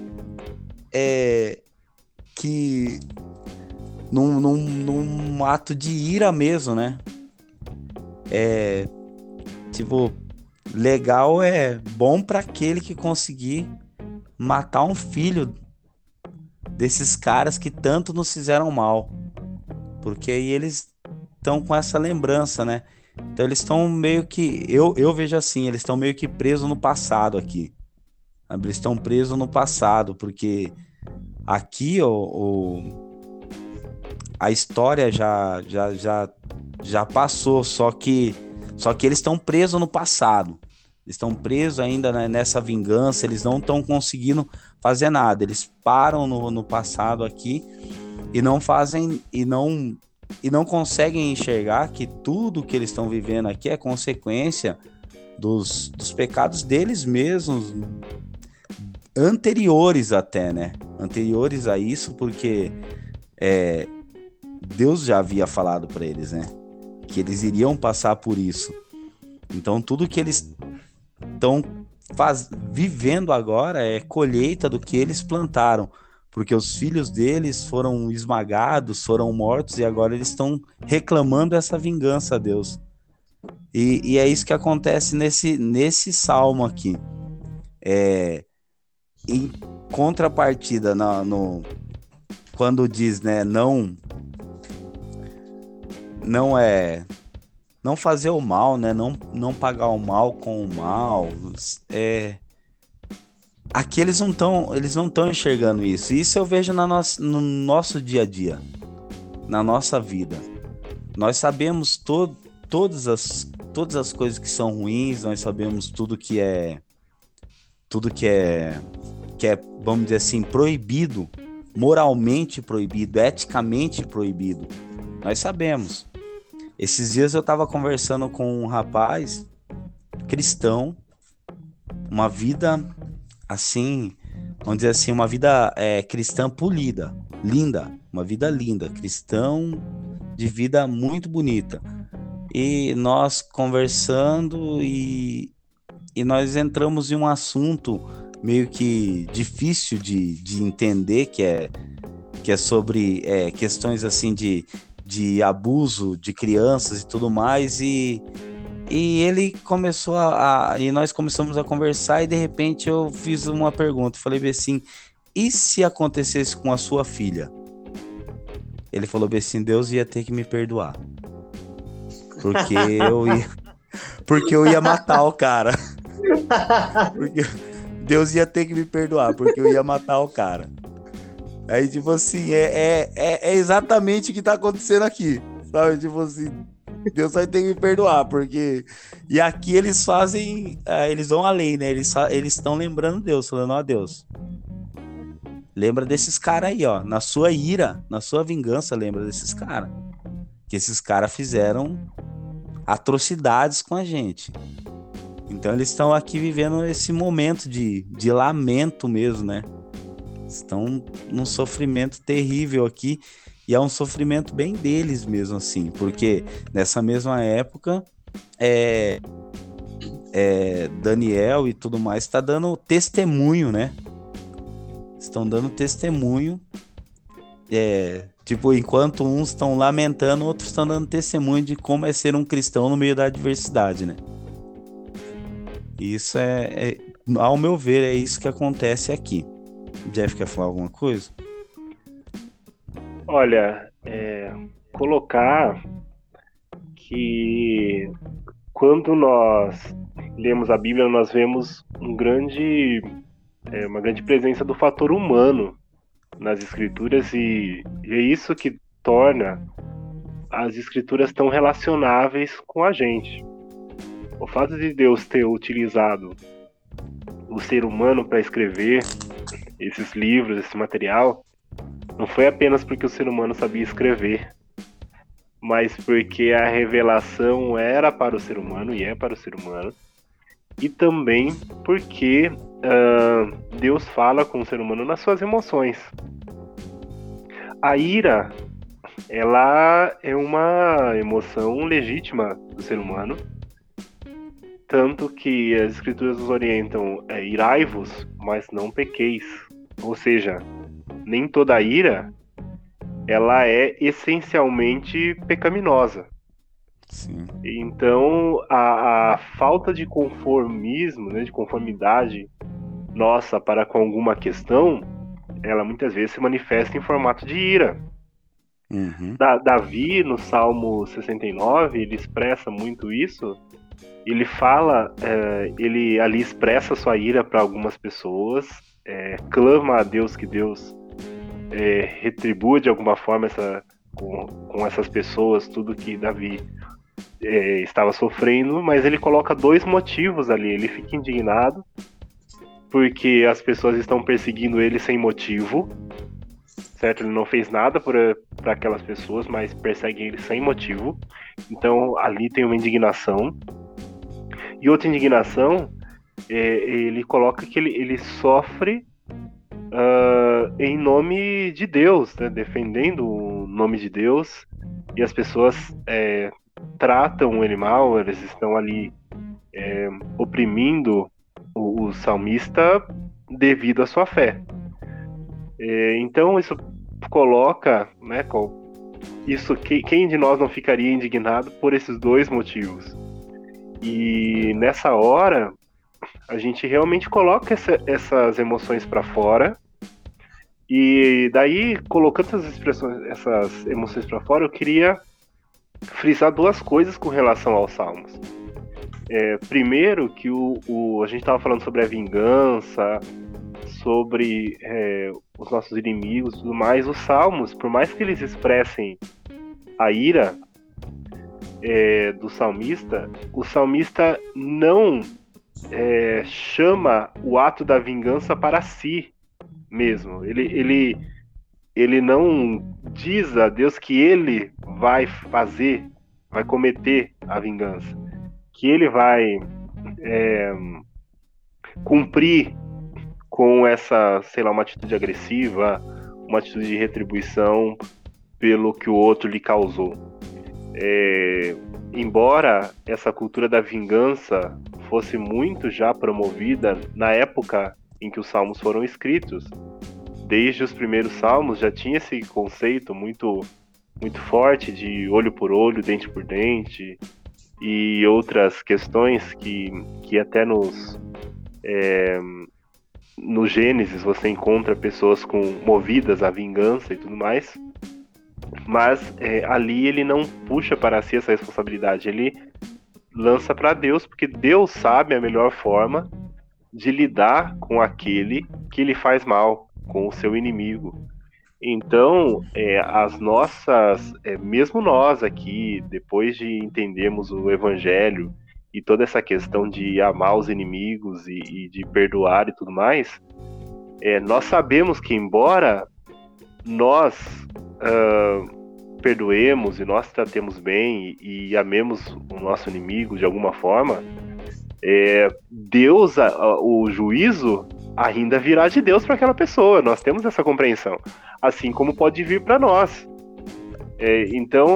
que num ato de ira mesmo, né? Tipo, legal é bom para aquele que conseguir matar um filho desses caras que tanto nos fizeram mal. Porque aí eles estão com essa lembrança, né? Então eles estão meio que... Eu vejo assim, eles estão meio que presos no passado aqui. Sabe? Eles estão presos no passado, porque aqui a história já passou, só que eles estão presos no passado. Eles estão presos ainda, né, nessa vingança, eles não estão conseguindo fazer nada. Eles param no passado aqui e não fazem e não conseguem enxergar que tudo que eles estão vivendo aqui é consequência dos pecados deles mesmos, anteriores até, né? Anteriores a isso, porque Deus já havia falado para eles, né? Que eles iriam passar por isso. Então tudo que eles estão vivendo agora é colheita do que eles plantaram, porque os filhos deles foram esmagados, foram mortos, e agora eles estão reclamando essa vingança a Deus. E é isso que acontece nesse salmo aqui. Em contrapartida, quando diz, né, não fazer o mal, né, não pagar o mal com o mal, aqui eles não estão enxergando isso. Isso eu vejo no nosso dia a dia, na nossa vida. Nós sabemos todas as coisas que são ruins, nós sabemos tudo que é, vamos dizer assim, proibido, moralmente proibido, eticamente proibido. Nós sabemos. Esses dias eu estava conversando com um rapaz cristão, uma vida assim, vamos dizer assim, uma vida cristã polida, linda, uma vida linda, cristão de vida muito bonita. E nós conversando e nós entramos em um assunto meio que difícil de entender, que é sobre questões assim de abuso de crianças e tudo mais, e ele começou e nós começamos a conversar, e de repente eu fiz uma pergunta, falei assim: e se acontecesse com a sua filha? Ele falou assim: Deus ia ter que me perdoar, porque eu ia matar o cara. Porque Deus ia ter que me perdoar, porque eu ia matar o cara. Aí, tipo assim, é exatamente o que tá acontecendo aqui, sabe? Tipo assim, Deus vai ter que me perdoar, porque... E aqui eles fazem, eles vão além, né? Eles estão lembrando Deus, falando: ó, Deus, lembra desses caras aí, ó. Na sua ira, na sua vingança, lembra desses caras. Que esses caras fizeram atrocidades com a gente. Então eles estão aqui vivendo esse momento de lamento mesmo, né? Estão num sofrimento terrível aqui, e é um sofrimento bem deles mesmo, assim, porque nessa mesma época Daniel e tudo mais está dando testemunho, né? Estão dando testemunho, tipo, enquanto uns estão lamentando, outros estão dando testemunho de como é ser um cristão no meio da adversidade, né? Isso ao meu ver, é isso que acontece aqui. Jeff, quer falar alguma coisa? Olha, colocar que quando nós lemos a Bíblia, nós vemos uma grande presença do fator humano nas Escrituras, e é isso que torna as Escrituras tão relacionáveis com a gente. O fato de Deus ter utilizado o ser humano para escrever esses livros, esse material, não foi apenas porque o ser humano sabia escrever, mas porque a revelação era para o ser humano e é para o ser humano, e também porque Deus fala com o ser humano nas suas emoções. A ira, ela é uma emoção legítima do ser humano, tanto que as escrituras nos orientam, irai-vos, mas não pequeis. Ou seja, nem toda ira, ela é essencialmente pecaminosa. Sim. Então, a falta de conformismo, né, de conformidade nossa para com alguma questão, ela muitas vezes se manifesta em formato de ira. Uhum. Davi, no Salmo 69, ele expressa muito isso. Ele fala, ele ali expressa sua ira para algumas pessoas, clama a Deus que Deus retribua de alguma forma com essas pessoas tudo que Davi estava sofrendo, mas ele coloca 2 motivos ali. Ele fica indignado porque as pessoas estão perseguindo ele sem motivo, certo? Ele não fez nada para aquelas pessoas, mas perseguem ele sem motivo. Então ali tem uma indignação. E outra indignação, ele coloca que ele sofre em nome de Deus, né? Defendendo o nome de Deus, e as pessoas tratam ele mal, eles estão ali oprimindo o salmista devido à sua fé. Então isso coloca, né, quem de nós não ficaria indignado por esses 2 motivos? E nessa hora a gente realmente coloca essas emoções para fora. E daí, colocando essas emoções para fora, eu queria frisar 2 coisas com relação aos Salmos. Primeiro, que a gente estava falando sobre a vingança, sobre os nossos inimigos e tudo mais. Os Salmos, por mais que eles expressem a ira do salmista, o salmista não chama o ato da vingança para si mesmo. Ele não diz a Deus que ele vai cometer a vingança, que ele vai cumprir com essa, sei lá, uma atitude agressiva, uma atitude de retribuição pelo que o outro lhe causou. Embora essa cultura da vingança fosse muito já promovida na época em que os salmos foram escritos, desde os primeiros salmos já tinha esse conceito muito, muito forte de olho por olho, dente por dente, e outras questões que até no Gênesis você encontra pessoas movidas à vingança e tudo mais. Mas ali ele não puxa para si essa responsabilidade, ele lança para Deus, porque Deus sabe a melhor forma de lidar com aquele que lhe faz mal, com o seu inimigo. Então, as nossas, mesmo nós aqui, depois de entendermos o Evangelho e toda essa questão de amar os inimigos e de perdoar e tudo mais, nós sabemos que embora nós perdoemos e nós tratemos bem e amemos o nosso inimigo de alguma forma, Deus, o juízo ainda virá de Deus para aquela pessoa. Nós temos essa compreensão, assim como pode vir para nós. Então,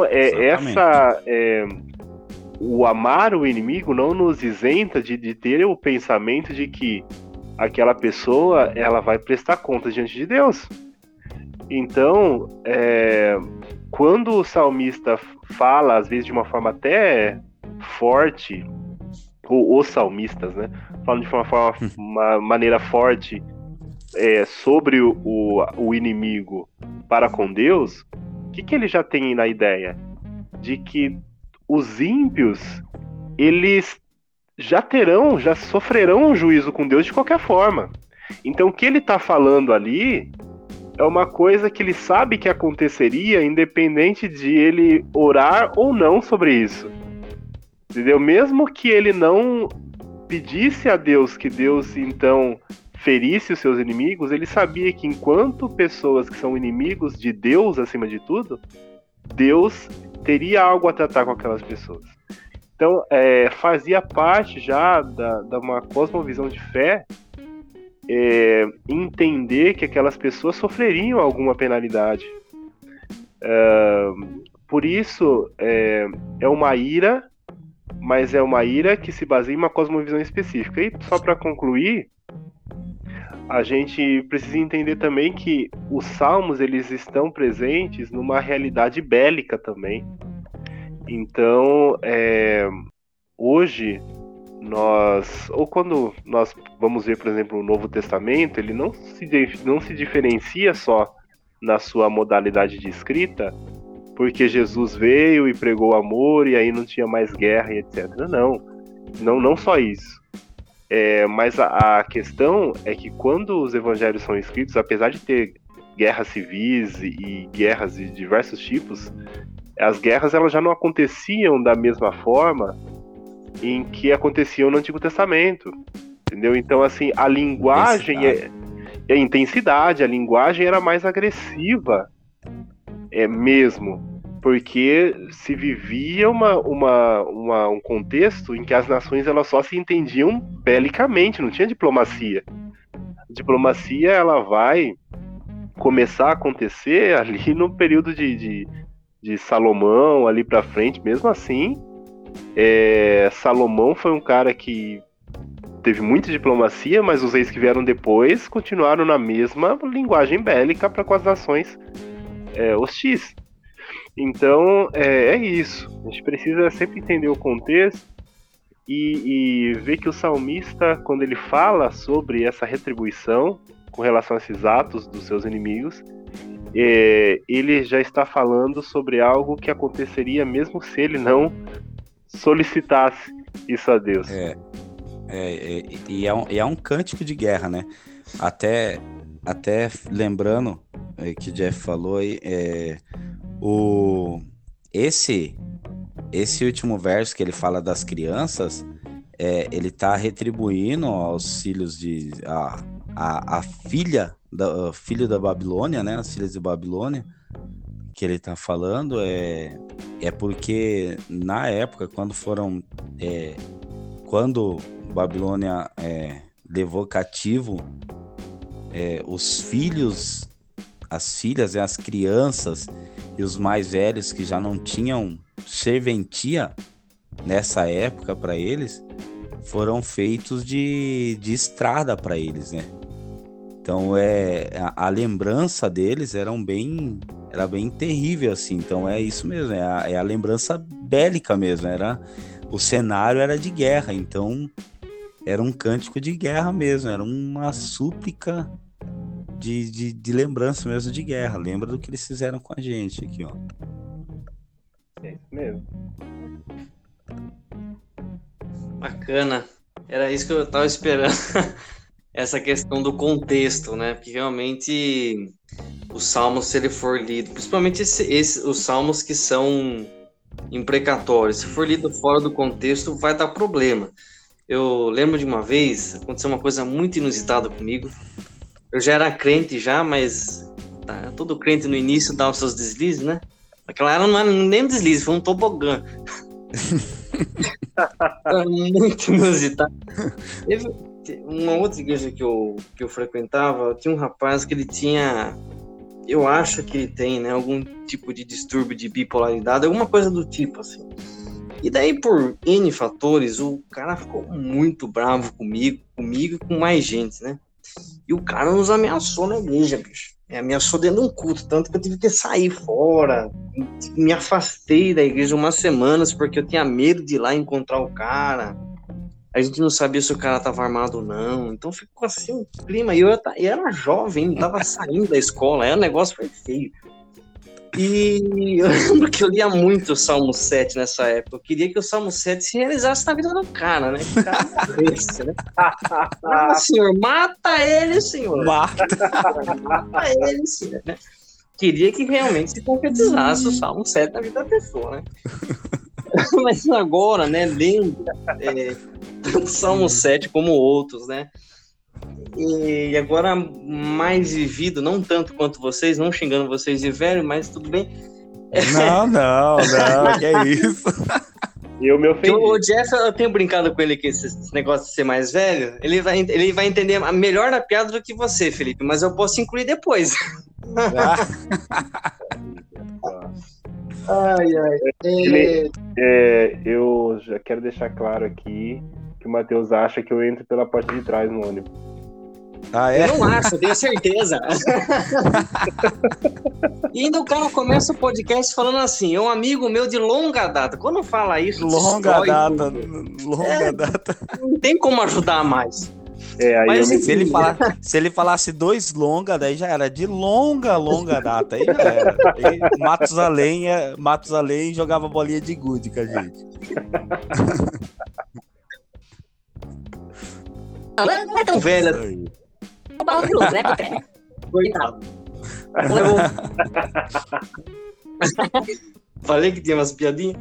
o amar o inimigo não nos isenta de ter o pensamento de que aquela pessoa ela vai prestar contas diante de Deus. Então, quando o salmista fala, às vezes de uma forma até forte, ou os salmistas, né, falam de uma maneira forte sobre o inimigo para com Deus, o que ele já tem na ideia? De que os ímpios, eles já sofrerão um juízo com Deus de qualquer forma. Então o que ele está falando ali é uma coisa que ele sabe que aconteceria, independente de ele orar ou não sobre isso. Entendeu? Mesmo que ele não pedisse a Deus que Deus, então, ferisse os seus inimigos, ele sabia que enquanto pessoas que são inimigos de Deus, acima de tudo, Deus teria algo a tratar com aquelas pessoas. Então, fazia parte já da uma cosmovisão de fé entender que aquelas pessoas sofreriam alguma penalidade. Por isso, é uma ira mas é uma ira que se baseia em uma cosmovisão específica. E só para concluir, a gente precisa entender também que os salmos, eles estão presentes numa realidade bélica também. Então, hoje, ou quando nós vamos ver, por exemplo, o Novo Testamento, ele não se diferencia só na sua modalidade de escrita, porque Jesus veio e pregou o amor e aí não tinha mais guerra e etc. Não só isso. Mas a questão é que quando os evangelhos são escritos, apesar de ter guerras civis e guerras de diversos tipos, as guerras elas já não aconteciam da mesma forma em que aconteciam no Antigo Testamento, entendeu? Então, assim, a linguagem intensidade, a linguagem era mais agressiva, mesmo, porque se vivia um contexto em que as nações elas só se entendiam belicamente, não tinha diplomacia. A diplomacia ela vai começar a acontecer ali no período de Salomão, ali para frente. Mesmo assim, Salomão foi um cara que teve muita diplomacia, mas os reis que vieram depois continuaram na mesma linguagem bélica para com as nações hostis. Então, é isso. A gente precisa sempre entender o contexto e ver que o salmista, quando ele fala sobre essa retribuição com relação a esses atos dos seus inimigos, ele já está falando sobre algo que aconteceria mesmo se ele não solicitasse isso a Deus. E é um cântico de guerra, né? Até lembrando que o Jeff falou aí, esse último verso que ele fala das crianças, ele tá retribuindo aos filhos a filho da Babilônia, né? As filhas de Babilônia, que ele tá falando, porque na época, quando Babilônia levou cativo os filhos, as filhas, as crianças e os mais velhos que já não tinham serventia nessa época para eles, foram feitos de estrada para eles, né? Então a lembrança deles era bem terrível, assim. Então é isso mesmo, é a lembrança bélica mesmo, o cenário era de guerra, então era um cântico de guerra mesmo, era uma súplica de lembrança mesmo de guerra. Lembra do que eles fizeram com a gente aqui, ó. É isso mesmo. Bacana. Era isso que eu tava esperando. Essa questão do contexto, né? Porque realmente os salmos, se ele for lido, principalmente os salmos que são imprecatórios, se for lido fora do contexto, vai dar problema. Eu lembro de uma vez, aconteceu uma coisa muito inusitada comigo. Eu já era crente mas todo crente no início dá os seus deslizes, né? Aquela era não era nem um deslize, foi um tobogã. Era muito inusitado. Teve uma outra igreja que eu frequentava, tinha um rapaz que ele tinha, eu acho que ele tem, né, algum tipo de distúrbio de bipolaridade, alguma coisa do tipo, assim. E daí, por N fatores, o cara ficou muito bravo comigo e com mais gente, né? E o cara nos ameaçou na igreja, bicho. Me ameaçou dentro de um culto, tanto que eu tive que sair fora. Me afastei da igreja umas semanas, porque eu tinha medo de ir lá encontrar o cara. A gente não sabia se o cara tava armado ou não. Então ficou assim um clima. E eu era jovem, tava saindo da escola. Aí o negócio foi feio. E eu lembro que eu lia muito o Salmo 7 nessa época. Eu queria que o Salmo 7 se realizasse na vida do cara, né? Que o cara morresse, né? Senhor, mata ele, Senhor. Mata ele, Senhor, né? Queria que realmente se concretizasse o Salmo 7 na vida da pessoa, né? Mas agora, né, lendo tanto o Salmo 7 como outros, né? E agora mais vivido, não tanto quanto vocês, não xingando vocês de velho, mas tudo bem. Não, que é isso. Eu me ofendi. O Jeff, eu tenho brincado com ele que esse negócio de ser mais velho, ele vai entender melhor na piada do que você, Felipe, mas eu posso incluir depois. Eu já quero deixar claro aqui que o Matheus acha que eu entro pela porta de trás no ônibus. Ah, Eu não acho, eu tenho certeza. E ainda o cara começa o podcast falando assim, é um amigo meu de longa data. Quando fala isso, Longa destrói data, tudo. longa data. Não tem como ajudar mais. Aí Mas, eu me... Se ele falasse 2 longa, daí já era de longa data, aí já era. Aí Matusalém jogava bolinha de gude com a gente. Não é tão velha. Isso aí. É o barro de louco, né, Pepe? Coitado. Falei que tinha umas piadinhas.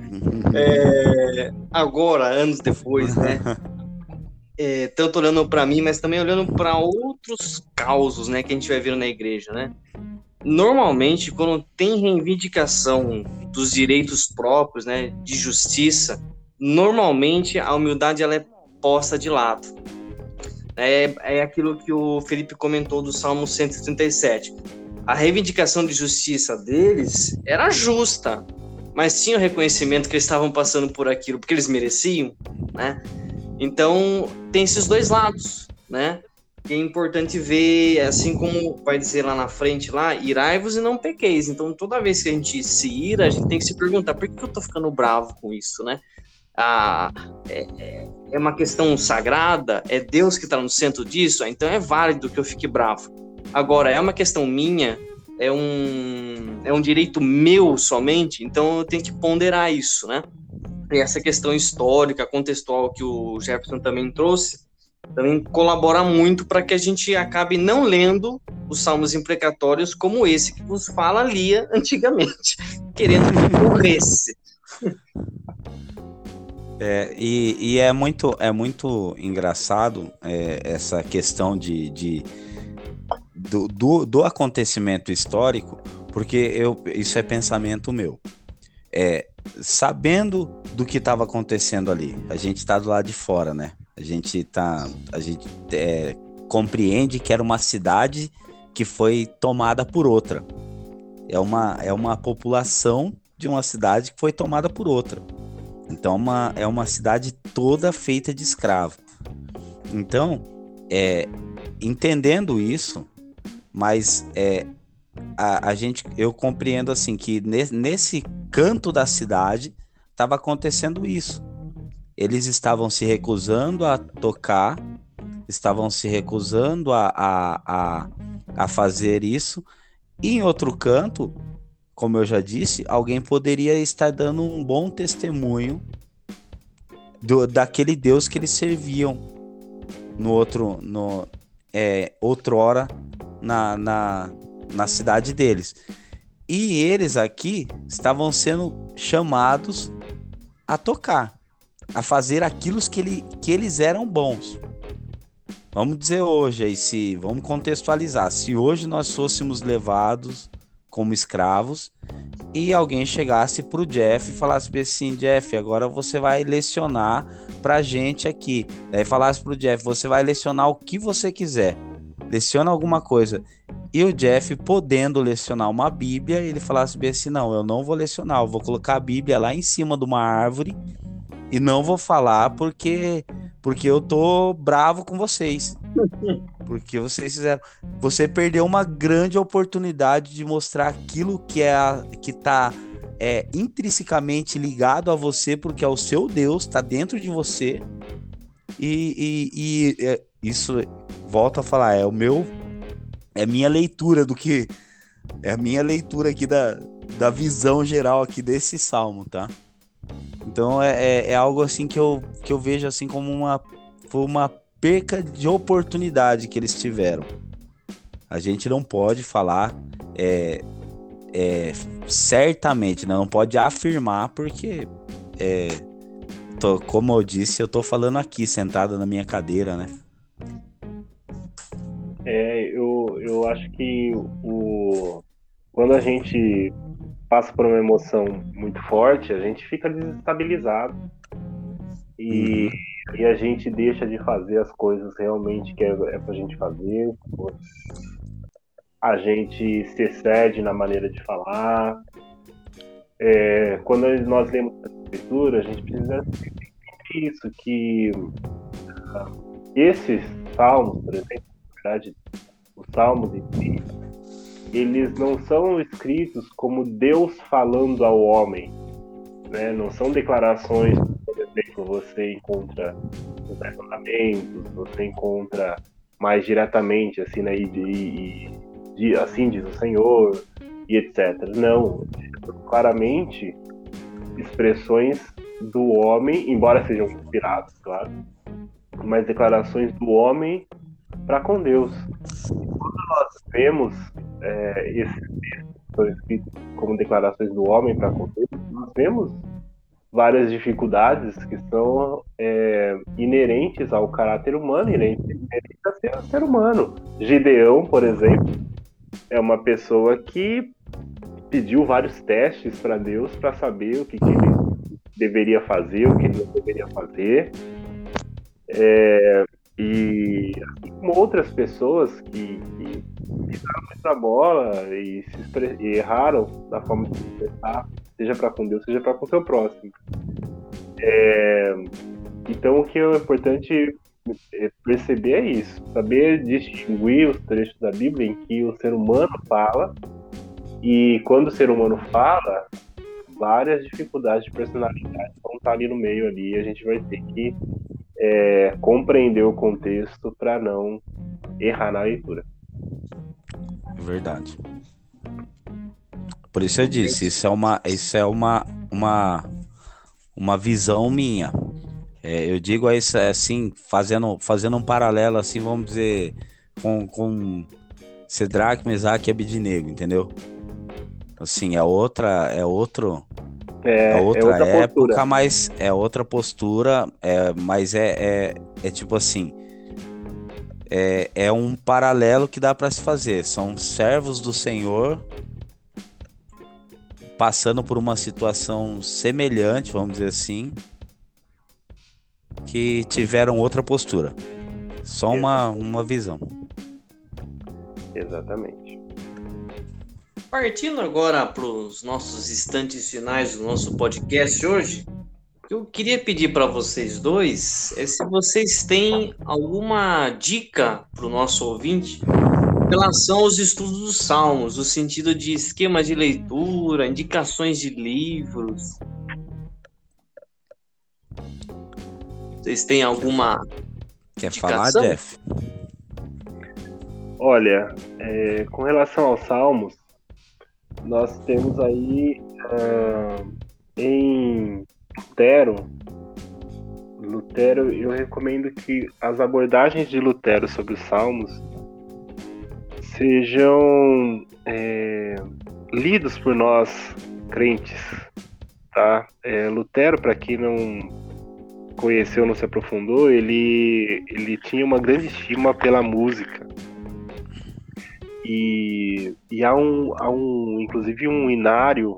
Agora, anos depois, né? Tanto olhando para mim, mas também olhando para outros causos, né, que a gente vai vendo na igreja, né? Normalmente, quando tem reivindicação dos direitos próprios, né, de justiça, normalmente a humildade ela é posta de lado. É aquilo que o Felipe comentou do Salmo 137. A reivindicação de justiça deles era justa, mas tinha o reconhecimento que eles estavam passando por aquilo porque eles mereciam, né? Então, tem esses dois lados, né? Que é importante ver, assim como vai dizer lá na frente, lá, irai-vos e não pequeis. Então, toda vez que a gente se ira, a gente tem que se perguntar, por que eu tô ficando bravo com isso, né? É uma questão sagrada? É Deus que está no centro disso? Então, é válido que eu fique bravo. Agora, é uma questão minha? É um direito meu somente? Então, eu tenho que ponderar isso, né? E essa questão histórica, contextual que o Jefferson também trouxe, também colabora muito para que a gente acabe não lendo os salmos imprecatórios como esse que vos fala lia antigamente, querendo que morresse. E é muito engraçado essa questão do acontecimento histórico, porque isso é pensamento meu. Sabendo do que estava acontecendo ali, a gente está do lado de fora, né? A gente compreende que era uma cidade que foi tomada por outra. É uma população de uma cidade que foi tomada por outra. Então é uma cidade toda feita de escravo. Então, entendendo isso, mas eu compreendo assim que nesse canto da cidade estava acontecendo isso. Eles estavam se recusando a tocar, estavam se recusando a fazer isso. E em outro canto, como eu já disse, alguém poderia estar dando um bom testemunho daquele Deus que eles serviam outrora na cidade deles. E eles aqui estavam sendo chamados a tocar, a fazer aquilo que eles eram bons. Vamos dizer hoje, vamos contextualizar, se hoje nós fôssemos levados como escravos e alguém chegasse pro Jeff e falasse assim, Jeff, agora você vai lecionar pra gente aqui. Daí falasse pro Jeff, você vai lecionar o que você quiser. Leciona alguma coisa. E o Jeff, podendo lecionar uma Bíblia, ele falasse bem assim, não, eu não vou lecionar, eu vou colocar a Bíblia lá em cima de uma árvore e não vou falar porque eu tô bravo com vocês. Porque vocês fizeram... Você perdeu uma grande oportunidade de mostrar aquilo que tá intrinsecamente ligado a você, porque é o seu Deus, tá dentro de você. E isso, volto a falar, é minha leitura é a minha leitura aqui da visão geral aqui desse salmo, tá? Então é algo assim que eu vejo assim como uma perca de oportunidade que eles tiveram. A gente não pode falar certamente, né? Não pode afirmar porque como eu disse, eu tô falando aqui sentado na minha cadeira, né? Eu acho que quando a gente passa por uma emoção muito forte, a gente fica desestabilizado e a gente deixa de fazer as coisas realmente que é pra gente fazer. A gente se excede na maneira de falar. Quando nós lemos a escritura, a gente precisa isso, que esses salmos, por exemplo, na verdade, os salmos em si, eles não são escritos como Deus falando ao homem, né? Não são declarações, por exemplo, você encontra nos Dez Mandamentos, você encontra mais diretamente, assim, né? Assim diz o Senhor, e etc. Não, claramente expressões do homem, embora sejam inspiradas, claro, mas declarações do homem para com Deus. Quando nós vemos esses textos que são escritos como declarações do homem para com Deus, nós vemos várias dificuldades que são inerentes ao caráter humano, inerentes a ser humano. Gideão, por exemplo, é uma pessoa que pediu vários testes para Deus para saber o que ele deveria fazer, o que ele não deveria fazer. E assim como outras pessoas que pisaram muito na bola e erraram da forma de se expressar, seja para com Deus, seja para com o seu próximo. Então, o que é importante perceber é isso, saber distinguir os trechos da Bíblia em que o ser humano fala, e quando o ser humano fala, várias dificuldades de personalidade vão estar ali no meio ali, e a gente vai ter que compreender o contexto para não errar na leitura. É verdade. Por isso eu disse, isso é uma visão minha. Eu digo isso assim, fazendo um paralelo assim, vamos dizer, com Cedraque, Mesaque e Abednego, entendeu? Assim, é outra época, postura. Mas é outra postura, mas é tipo assim, é um paralelo que dá para se fazer. São servos do Senhor passando por uma situação semelhante, vamos dizer assim, que tiveram outra postura. Só uma visão. Exatamente. Partindo agora para os nossos instantes finais do nosso podcast hoje, eu queria pedir para vocês dois se vocês têm alguma dica para o nosso ouvinte em relação aos estudos dos Salmos, no sentido de esquemas de leitura, indicações de livros. Vocês têm alguma Quer indicação? falar, Jeff? Olha, com relação aos Salmos, nós temos aí em Lutero, eu recomendo que as abordagens de Lutero sobre os Salmos sejam lidos por nós crentes, tá? Lutero, para quem não conheceu, não se aprofundou, ele tinha uma grande estima pela música. E há inclusive um inário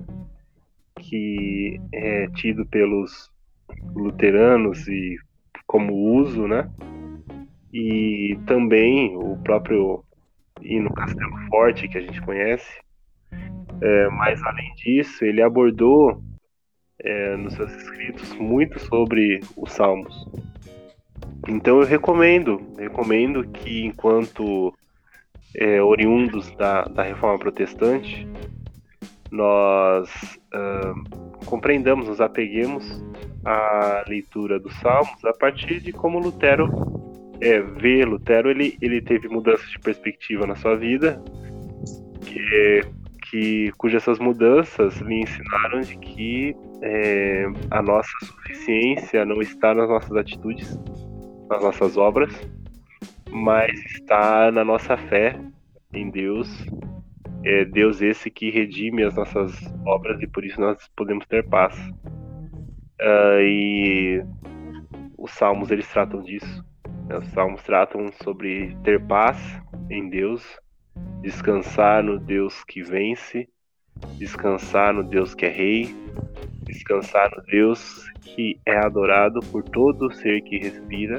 que é tido pelos luteranos e como uso, né? E também o próprio hino Castelo Forte, que a gente conhece. Mas além disso, ele abordou nos seus escritos muito sobre os Salmos. Então eu recomendo que, enquanto oriundos da Reforma Protestante, nós compreendamos, nos apeguemos à leitura dos Salmos a partir de como Lutero vê. Lutero ele teve mudanças de perspectiva na sua vida, cujas essas mudanças lhe ensinaram de que a nossa suficiência não está nas nossas atitudes, nas nossas obras, mas está na nossa fé em Deus. Deus esse que redime as nossas obras, e por isso nós podemos ter paz. E os Salmos, eles tratam disso. Os Salmos tratam sobre ter paz em Deus, descansar no Deus que vence, descansar no Deus que é rei, descansar no Deus que é adorado por todo ser que respira.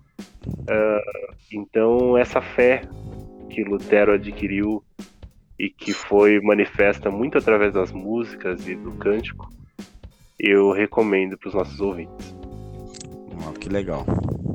Então, essa fé que Lutero adquiriu e que foi manifesta muito através das músicas e do cântico, eu recomendo para os nossos ouvintes. que legal.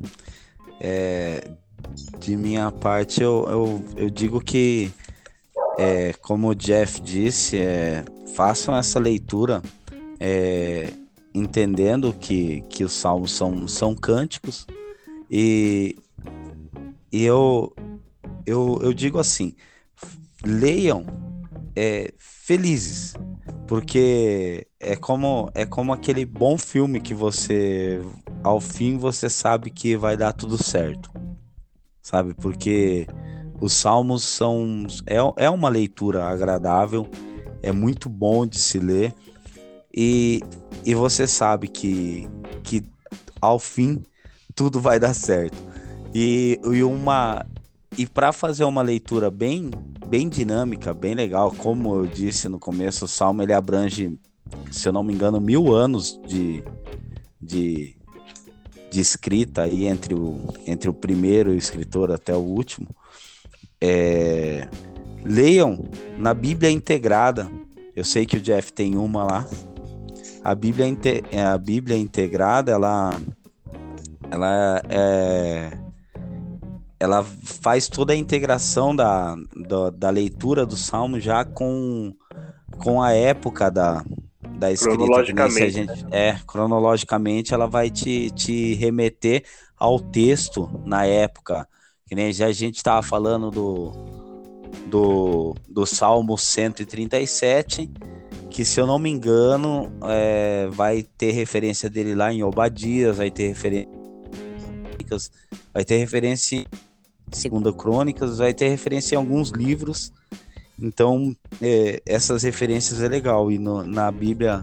De minha parte, eu digo que, como o Jeff disse, façam essa leitura, entendendo que os salmos são cânticos, e eu digo assim, leiam felizes, porque é como aquele bom filme que você, ao fim, você sabe que vai dar tudo certo, sabe? Porque os salmos é uma leitura agradável, é muito bom de se ler, e você sabe que ao fim tudo vai dar certo. E para fazer uma leitura bem dinâmica, bem legal, como eu disse no começo, o Salmo ele abrange, se eu não me engano, 1000 anos de escrita aí entre o primeiro escritor até o último. Leiam na Bíblia Integrada. Eu sei que o Jeff tem uma lá. A Bíblia Integrada, ela faz toda a integração da leitura do Salmo já com a época da escrita. Cronologicamente, cronologicamente ela vai te remeter ao texto na época. Que nem já a gente estava falando do Salmo 137, que, se eu não me engano, vai ter referência dele lá em Obadias, vai ter referência em 2 Crônicas, vai ter referência em alguns livros. Então, essas referências é legal, e na Bíblia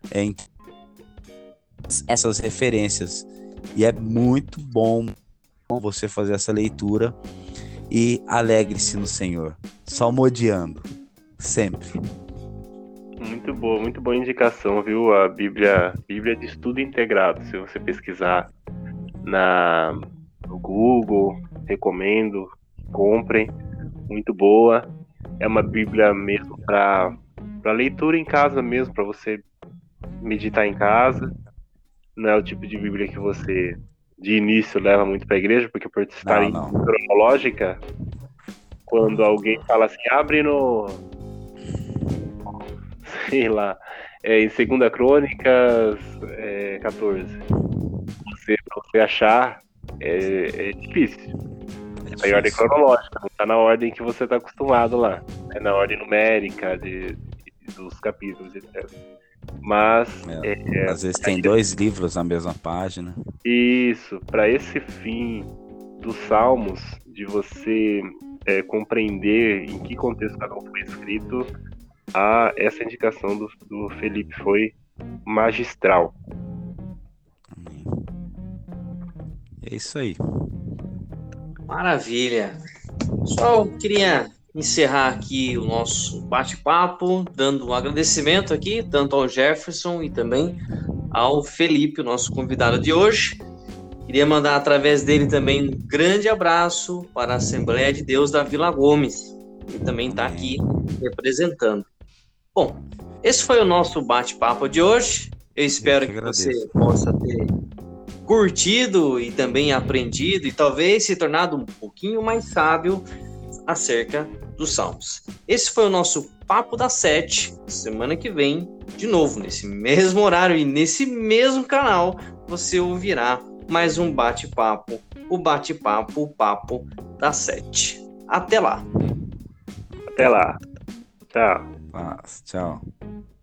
essas referências, e é muito bom você fazer essa leitura, e alegre-se no Senhor, salmodiando sempre. Muito boa indicação, viu? A Bíblia de Estudo Integrado. Se você pesquisar no Google, recomendo, comprem. Muito boa. É uma Bíblia mesmo para leitura em casa mesmo, para você meditar em casa. Não é o tipo de Bíblia que você, de início, leva muito para a igreja, porque por estar em cronológica, quando alguém fala assim, abre no... sei lá, em 2 Crônicas 14. Pra você achar é difícil. Tá em ordem cronológica, não tá na ordem que você tá acostumado lá. É na ordem numérica dos capítulos, etc. Mas às vezes tem 2 livros na mesma página. Isso, para esse fim dos Salmos, de você compreender em que contexto cada um foi escrito, essa indicação do Felipe foi magistral. Amém. É isso aí. Maravilha. Só eu queria encerrar aqui o nosso bate-papo, dando um agradecimento aqui, tanto ao Jefferson e também ao Felipe, o nosso convidado de hoje. Queria mandar através dele também um grande abraço para a Assembleia de Deus da Vila Gomes, que também está aqui representando. Bom, esse foi o nosso bate-papo de hoje. Eu espero que você possa ter curtido e também aprendido e talvez se tornado um pouquinho mais sábio acerca dos Salmos. Esse foi o nosso Papo da 7. Semana que vem, de novo, nesse mesmo horário e nesse mesmo canal, você ouvirá mais um bate-papo, o Papo da 7. Até lá. Até lá. Tchau. Tchau.